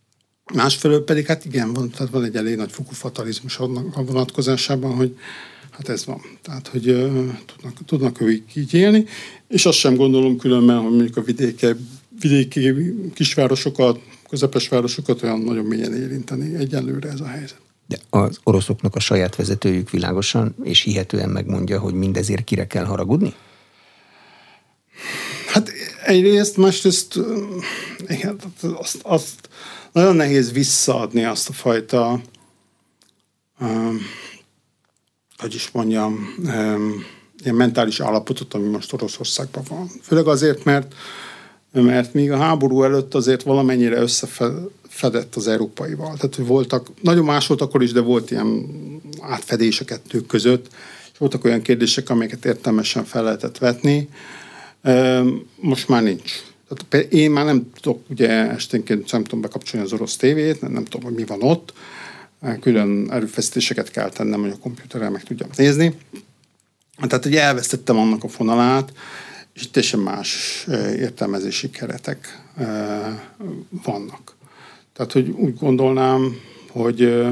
[SPEAKER 2] Másfelől pedig, hát igen, van, tehát van egy elég nagy fokú fatalizmus a vonatkozásában, hogy Hát ez van. Tehát, hogy uh, tudnak, tudnak ők így élni, és azt sem gondolom különben, hogy mondjuk a vidéki, vidéki kisvárosokat, közepes városokat olyan nagyon mélyen érinteni egyelőre ez a helyzet.
[SPEAKER 1] De az oroszoknak a saját vezetőjük világosan és hihetően megmondja, hogy mindezért kire kell haragudni?
[SPEAKER 2] Hát egyrészt, másrészt igen, azt, azt nagyon nehéz visszaadni azt a fajta um, hogy is mondjam, um, ilyen mentális állapotot, ami most Oroszországban van. Főleg azért, mert, mert még a háború előtt azért valamennyire összefedett az európaival. Tehát, hogy voltak, nagyon más volt akkor is, de volt ilyen átfedés a kettők között, és voltak olyan kérdések, amelyeket értelmesen fel lehetett vetni. Most már nincs. Tehát én már nem tudok, ugye esténként nem tudom bekapcsolni az orosz tévét, nem, nem tudom, hogy mi van ott. Külön erőfeszítéseket kell tennem, hogy a komputerrel meg tudjam nézni. Tehát, hogy elvesztettem annak a fonalát, és teljesen más értelmezési keretek vannak. Tehát, hogy úgy gondolnám, hogy,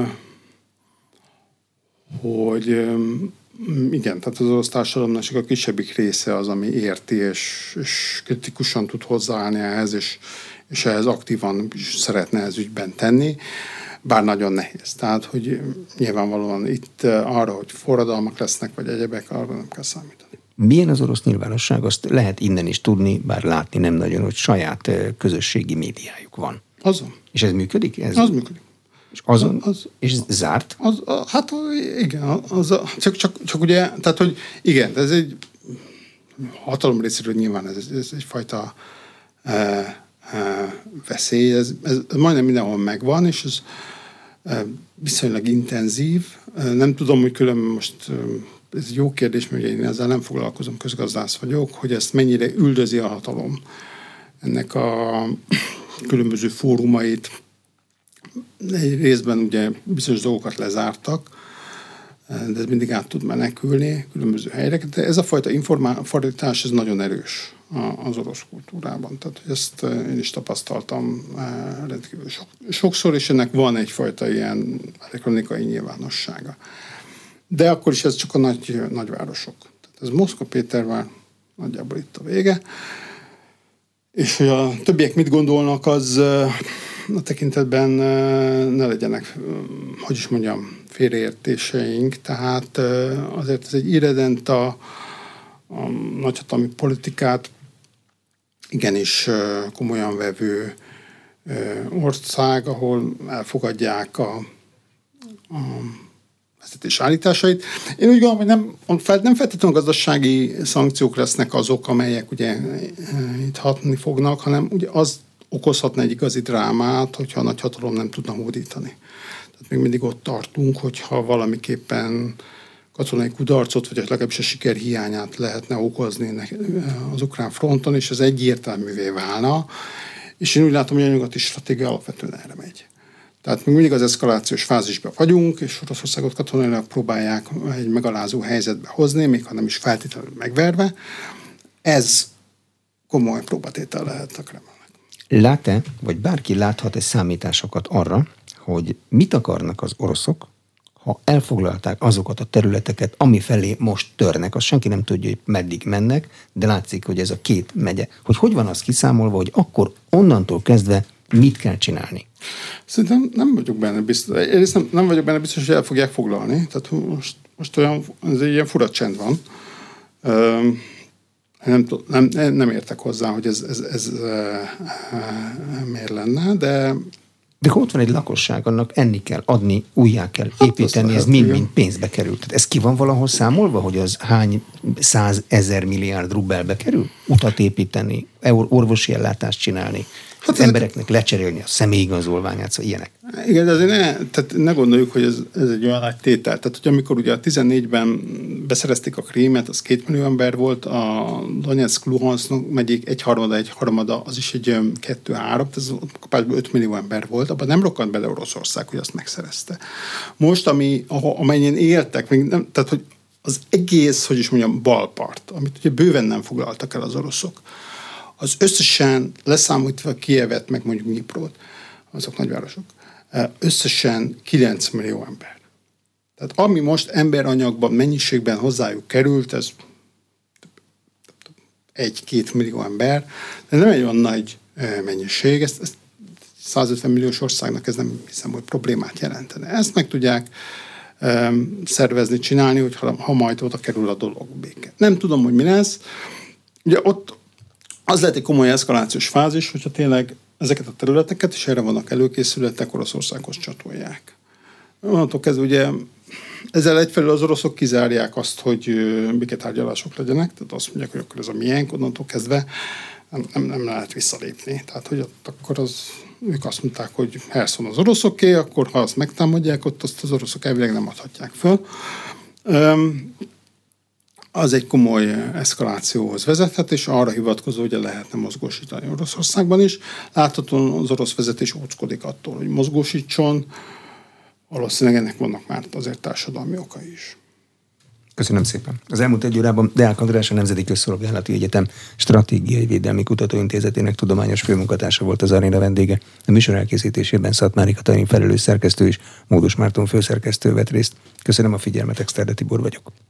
[SPEAKER 2] hogy igen, tehát az orosz társadalomnak csak a kisebbik része az, ami érti, és, és kritikusan tud hozzáállni ehhez, és, és ehhez aktívan is szeretne ez ügyben tenni, bár nagyon nehéz. Tehát, hogy nyilvánvalóan itt arra, hogy forradalmak lesznek, vagy egyebek, arra nem kell számítani.
[SPEAKER 1] Milyen az orosz nyilvánosság? Azt lehet innen is tudni, bár látni nem nagyon, hogy saját közösségi médiájuk van.
[SPEAKER 2] Azon.
[SPEAKER 1] És ez működik? Ez...
[SPEAKER 2] Az működik.
[SPEAKER 1] És azon?
[SPEAKER 2] Az,
[SPEAKER 1] és zárt?
[SPEAKER 2] Az, az, hát igen, az, csak, csak, csak ugye, tehát, hogy igen, ez egy hatalom részéről nyilván ez, ez egyfajta e, e, veszély, ez, ez majdnem mindenhol megvan, és ez e, viszonylag intenzív. E, nem tudom, hogy különben most, ez egy jó kérdés, mert én ezzel nem foglalkozom, közgazdász vagyok, hogy ezt mennyire üldözi a hatalom, ennek a különböző fórumait. Egy részben ugye bizonyos dolgokat lezártak, de ez mindig át tud menekülni különböző helyre. De ez a fajta informálfordítás, ez nagyon erős az orosz kultúrában. Tehát ezt én is tapasztaltam rendkívül sok, sokszor, és ennek van egyfajta ilyen elektronikai nyilvánossága. De akkor is ez csak a nagy, nagyvárosok. Tehát ez Moszkva, Pétervár, nagyjából itt a vége. És hogy a többiek mit gondolnak, az a tekintetben ne legyenek, hogy is mondjam, félreértéseink. Tehát azért ez egy irredent a, a nagyhatalmi politikát igenis komolyan vevő ország, ahol elfogadják a, a vezetés állításait. Én úgy gondolom, hogy nem, nem feltétlenül gazdasági szankciók lesznek azok, amelyek ugye itt hatni fognak, hanem ugye az okozhatna egy igazi drámát, hogyha a nagyhatalom nem tudna hódítani. Tehát még mindig ott tartunk, hogyha valamiképpen katonai kudarcot, vagy legalábbis a siker hiányát lehetne okozni az ukrán fronton, és ez egyértelművé válna. És én úgy látom, hogy a nyugati stratégia alapvetően erre megy. Tehát még mindig az eszkalációs fázisban vagyunk, és Oroszországot katonailag próbálják egy megalázó helyzetbe hozni, még ha nem is feltétlenül megverve. Ez komoly próbatétel lehet a Kremlnek.
[SPEAKER 1] Lát-e, vagy bárki láthat-e számításokat arra, hogy mit akarnak az oroszok, ha elfoglalták azokat a területeket, ami felé most törnek, azt senki nem tudja, hogy meddig mennek, de látszik, hogy ez a két megye. Hogy hogy van az kiszámolva, hogy akkor onnantól kezdve mit kell csinálni?
[SPEAKER 2] Szerintem nem vagyok benne biztos. Egyrészt nem, nem vagyok benne biztos, hogy el fogják foglalni. Tehát most, most olyan, ez egy ilyen fura csend van. Üm, nem, nem, nem értek hozzá, hogy ez, ez, ez, ez miért lenne, de...
[SPEAKER 1] De ott van egy lakosság, annak enni kell, adni, újjá kell építeni, hát ez mind-mind pénzbe kerül. Tehát ez ki van valahol számolva, hogy az hány százezer milliárd rubelbe kerül? Utat építeni, orvosi ellátást csinálni, hát az embereknek lecserélni a személyigazolványát, szóval ilyenek. Igen, de azért ne, tehát ne gondoljuk, hogy ez, ez egy olyan nagy tétel. Tehát, hogy amikor ugye a tizennégyben beszerezték a Krímet, az két millió ember volt, a Donetsk, Luhansk megyék egy harmada, egy harmada, az is egy kettő-három, ez kapásban öt millió ember volt, abban nem rokkant bele Oroszország, hogy azt megszerezte. Most, ami, amennyien éltek, még nem, tehát, hogy az egész, hogy is mondjam, balpart, amit ugye bőven nem foglaltak el az oroszok, az összesen leszámítva Kijevet, meg mondjuk Nyiprót, azok nagyvárosok, összesen kilenc millió ember.
[SPEAKER 2] Tehát ami most emberanyagban, mennyiségben hozzájuk került, ez egy-két millió ember, de nem egy olyan nagy mennyiség, ezt, ezt százötven milliós országnak ez nem hiszem, hogy problémát jelentene. Ezt meg tudják um, szervezni, csinálni, hogy ha, ha majd oda kerül a dolog béke. Nem tudom, hogy mi lesz. Ugye ott az lehet egy komoly eszkalációs fázis, hogyha tényleg ezeket a területeket, és erre vannak előkészületek, Oroszországhoz csatolják. Onnantól kezdve ugye ezzel egyfelől az oroszok kizárják azt, hogy béketárgyalások legyenek, tehát azt mondják, hogy akkor ez a miénk, onnantól kezdve nem, nem, nem lehet visszalépni. Tehát, hogy ott akkor az, ők azt mondták, hogy Herszon az oroszoké, akkor ha azt megtámadják, ott azt az oroszok elvileg nem adhatják föl. Az egy komoly eszkalációhoz vezethet, és arra hivatkozó, hogy lehetne mozgósítani Oroszországban is. Láthatóan az orosz vezetés óckodik attól, hogy mozgósítson. Valószínűleg ennek vannak már azért társadalmi okai is.
[SPEAKER 1] Köszönöm szépen. Az elmúlt egy órában Deák András, a Nemzeti Közszolgálati Egyetem Stratégiai Védelmi Kutatóintézetének tudományos főmunkatársa volt az aréna vendége. A műsor elkészítésében Szatmári Katalin felelős szerkesztő és Módos Márton főszerkesztő vett részt. Köszönöm a figyelmet, Exterde Tibor vagyok.